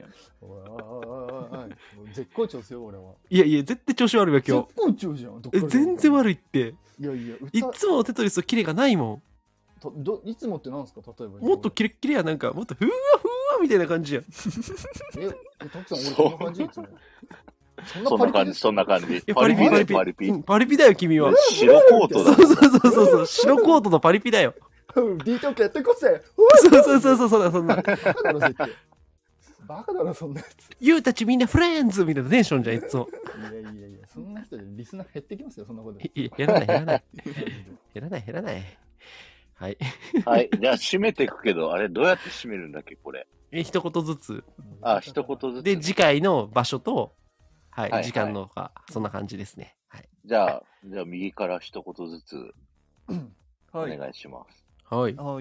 絶好調ですよ、俺は。 いや、絶対調子悪いわ、今日。 絶好調じゃん。 全然悪いって。 いつもテトリスとキレがないもん。 いつもってなんですか、例えば。 もっとキレッキレや、なんか、もっとふわふわみたいな感じやん。 たくさん、俺こんな感じいつも。 そんな感じ。 パリピだよ、君は。 白コートだ。 そう。白コートのパリピだよ。 D トークやってこせ。 そう、そんな。 バカだろ、そんなやつ。 ユーたちみんなフレンズみたいなテンションじゃん、いつも。 いや、そんな人でリスナー減ってきますよ、そんなこと。 減らない。はい。 はい。じゃあ、締めていくけど、あれ、どうやって締めるんだっけ、これ。 一言ずつ。 一言ずつ。 で、次回の場所と、はい、時間のか、そんな感じですね。はい。 じゃあ、右から一言ずつ、お願いします。 はい。 はい。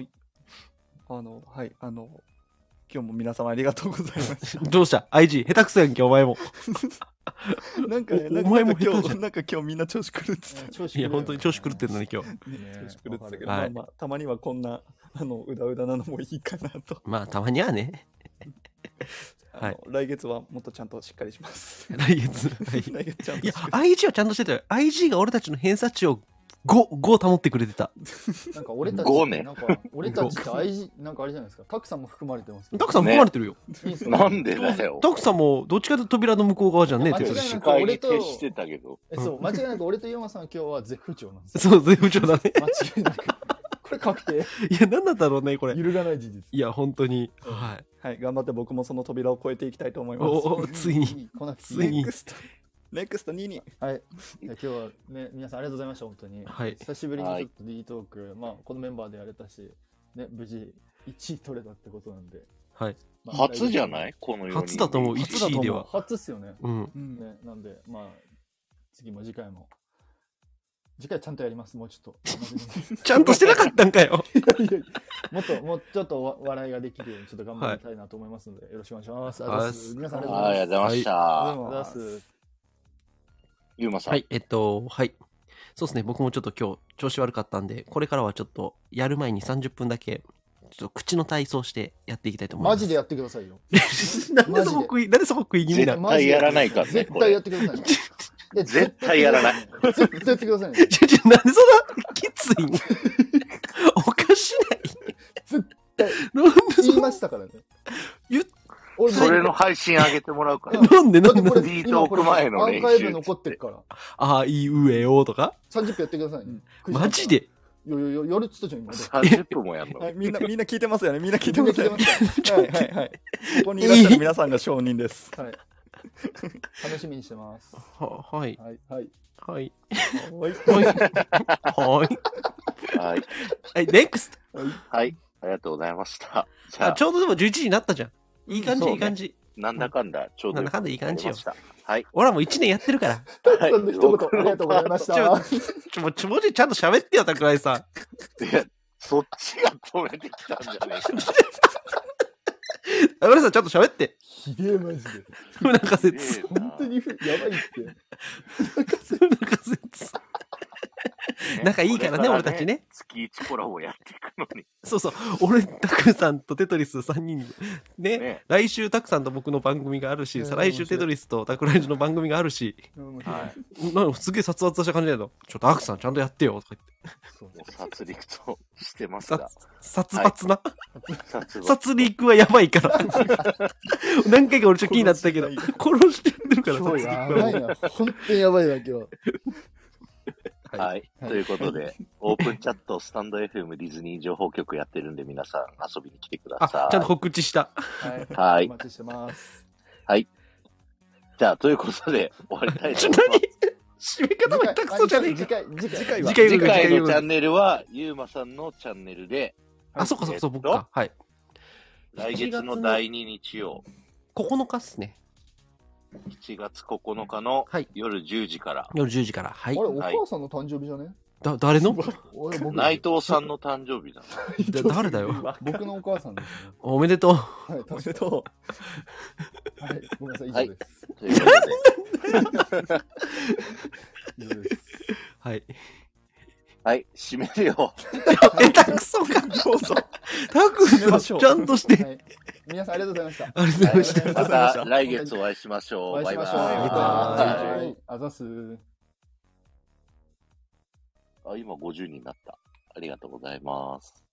今日も皆様ありがとうございました。 どうした ?IG、下手くそやんけ、お前も。 なんかね、お前も今日みんな調子狂ってた。いや、本当に調子狂ってんのに今日。 調子狂ってたけど、まあ、たまにはこんな、うだうだなのもいいかなと。 まあ、たまにはね。 はい、来月はもっとちゃんとしっかりします。 来月ちゃんと。いや、IG はちゃんとしてたよ。IG が俺たちの偏差値を5保ってくれてた。 なんか俺たち、なんか俺たちって IG、なんかあれじゃないですか。タクさんも含まれてます。 タクさん含まれてるよ。 なんでだよ。 タクさんもどっちかというと扉の向こう側じゃんね。 視界に徹してたけど。 そう、間違いなく俺とユーマさん今日は絶不調なんです。 そう、絶不調だね。 間違いなく。これ確定。 いや、なんだったろうね、これ。 揺るがない事実。 いや、本当に。 はい、頑張って僕もその扉を越えていきたいと思います。 お、ついに。 ついに。ネクスト2に。 はい。今日はね、皆さんありがとうございました、本当に。 はい。 久しぶりにちょっと D トーク、まあ、このメンバーでやれたし、ね、無事1位取れたってことなんで。 はい。 初じゃないこの4人。 初だと思う、1位では。 初っすよね。 ね、 なんで、まあ、次も次回ちゃんとやります、もうちょっと。 ちゃんとしてなかったんかよ。 もうちょっと笑いができるようにちょっと頑張りたいなと思いますので、よろしくお願いします。皆さんありがとうございました。 ありがとうございました。ゆうまさん。 はい、はい。そうですね、僕もちょっと今日調子悪かったんで、これからはちょっとやる前に30分だけ、ちょっと口の体操してやっていきたいと思います。 マジでやってくださいよ。 なんでそこ食い気味な絶対やらないからね。 絶対やってください。 絶対やらない。 絶対やってくださいね。 なんでそんなきついんおかしない。 絶対。言いましたからね。 それの配信上げてもらうから。 なんでリートーク前の練習。 アーカイブ残ってるから。 あいうえおとか ?30 分やってくださいね。 マジでやるっつったじゃん、今。 30分もやんのみんな聞いてますよね。みんな聞いてますよね。はい。ここにいらっしゃる皆さんが証人です。はい。 楽しみにしてます。 はい。 はい。はい。 はい。 はい。 はい、NEXT。 はい。ありがとうございました。 じゃあ、ちょうどでも11時になったじゃん。いい感じ、いい感じ。 なんだかんだ、ちょうど。 なんだかんだいい感じよ。 はい。 俺らも1年やってるから。 はい。一言、ありがとうございました。 もうちゃんと喋ってよ、桜井さん。いや、そっちが止めてきたんじゃねえか。 桜井さん、ちゃんと喋って。 ひでえ、マジで。 不仲説。 本当にやばいって。 不仲説。仲いいからね、俺たちね。 月1コラボやっていくのに。 そうそう。俺、タクさんとテトリス3人で。ね。来週タクさんと僕の番組があるし、再来週テトリスとタクライジの番組があるし。はい。なんかすげえ殺伐とした感じだけど、タクさんちゃんとやってよ、とか言って。殺戮としてますが。 殺伐な。殺戮はやばいから。何回か俺ちょっと気になったけど、殺してるから、 殺戮は。やばいな。本当にやばいな、今日。 はい。ということで、オープンチャット、スタンド FM ディズニー情報局やってるんで、皆さん遊びに来てください。 あ、ちゃんと告知した。 はい。お待ちしてます。 はい。じゃあ、ということで、終わりたいと思います。 締め方も下手くそじゃねえか。 次回のチャンネルは、ゆうまさんのチャンネルで。 あ、そっかそっか、僕か。はい。 来月の第2日曜。 9日っすね。 7月9日の夜10時から。 夜10時から。はい。 あれ、お母さんの誕生日じゃね？ 誰の？ 内藤さんの誕生日だ。 誰だよ。 僕のお母さんですね。 おめでとう。 はい、おめでとう。はい、ごめんなさい、以上です。 ということで。 以上です。 はい。 はい、閉めるよ。 下手くそか。どうぞ。タクさん、ちゃんとして。 皆さんありがとうございました。 ありがとうございました。 また来月お会いしましょう。バイバイ。 はい。あざす。 あ、今50人になった。ありがとうございます。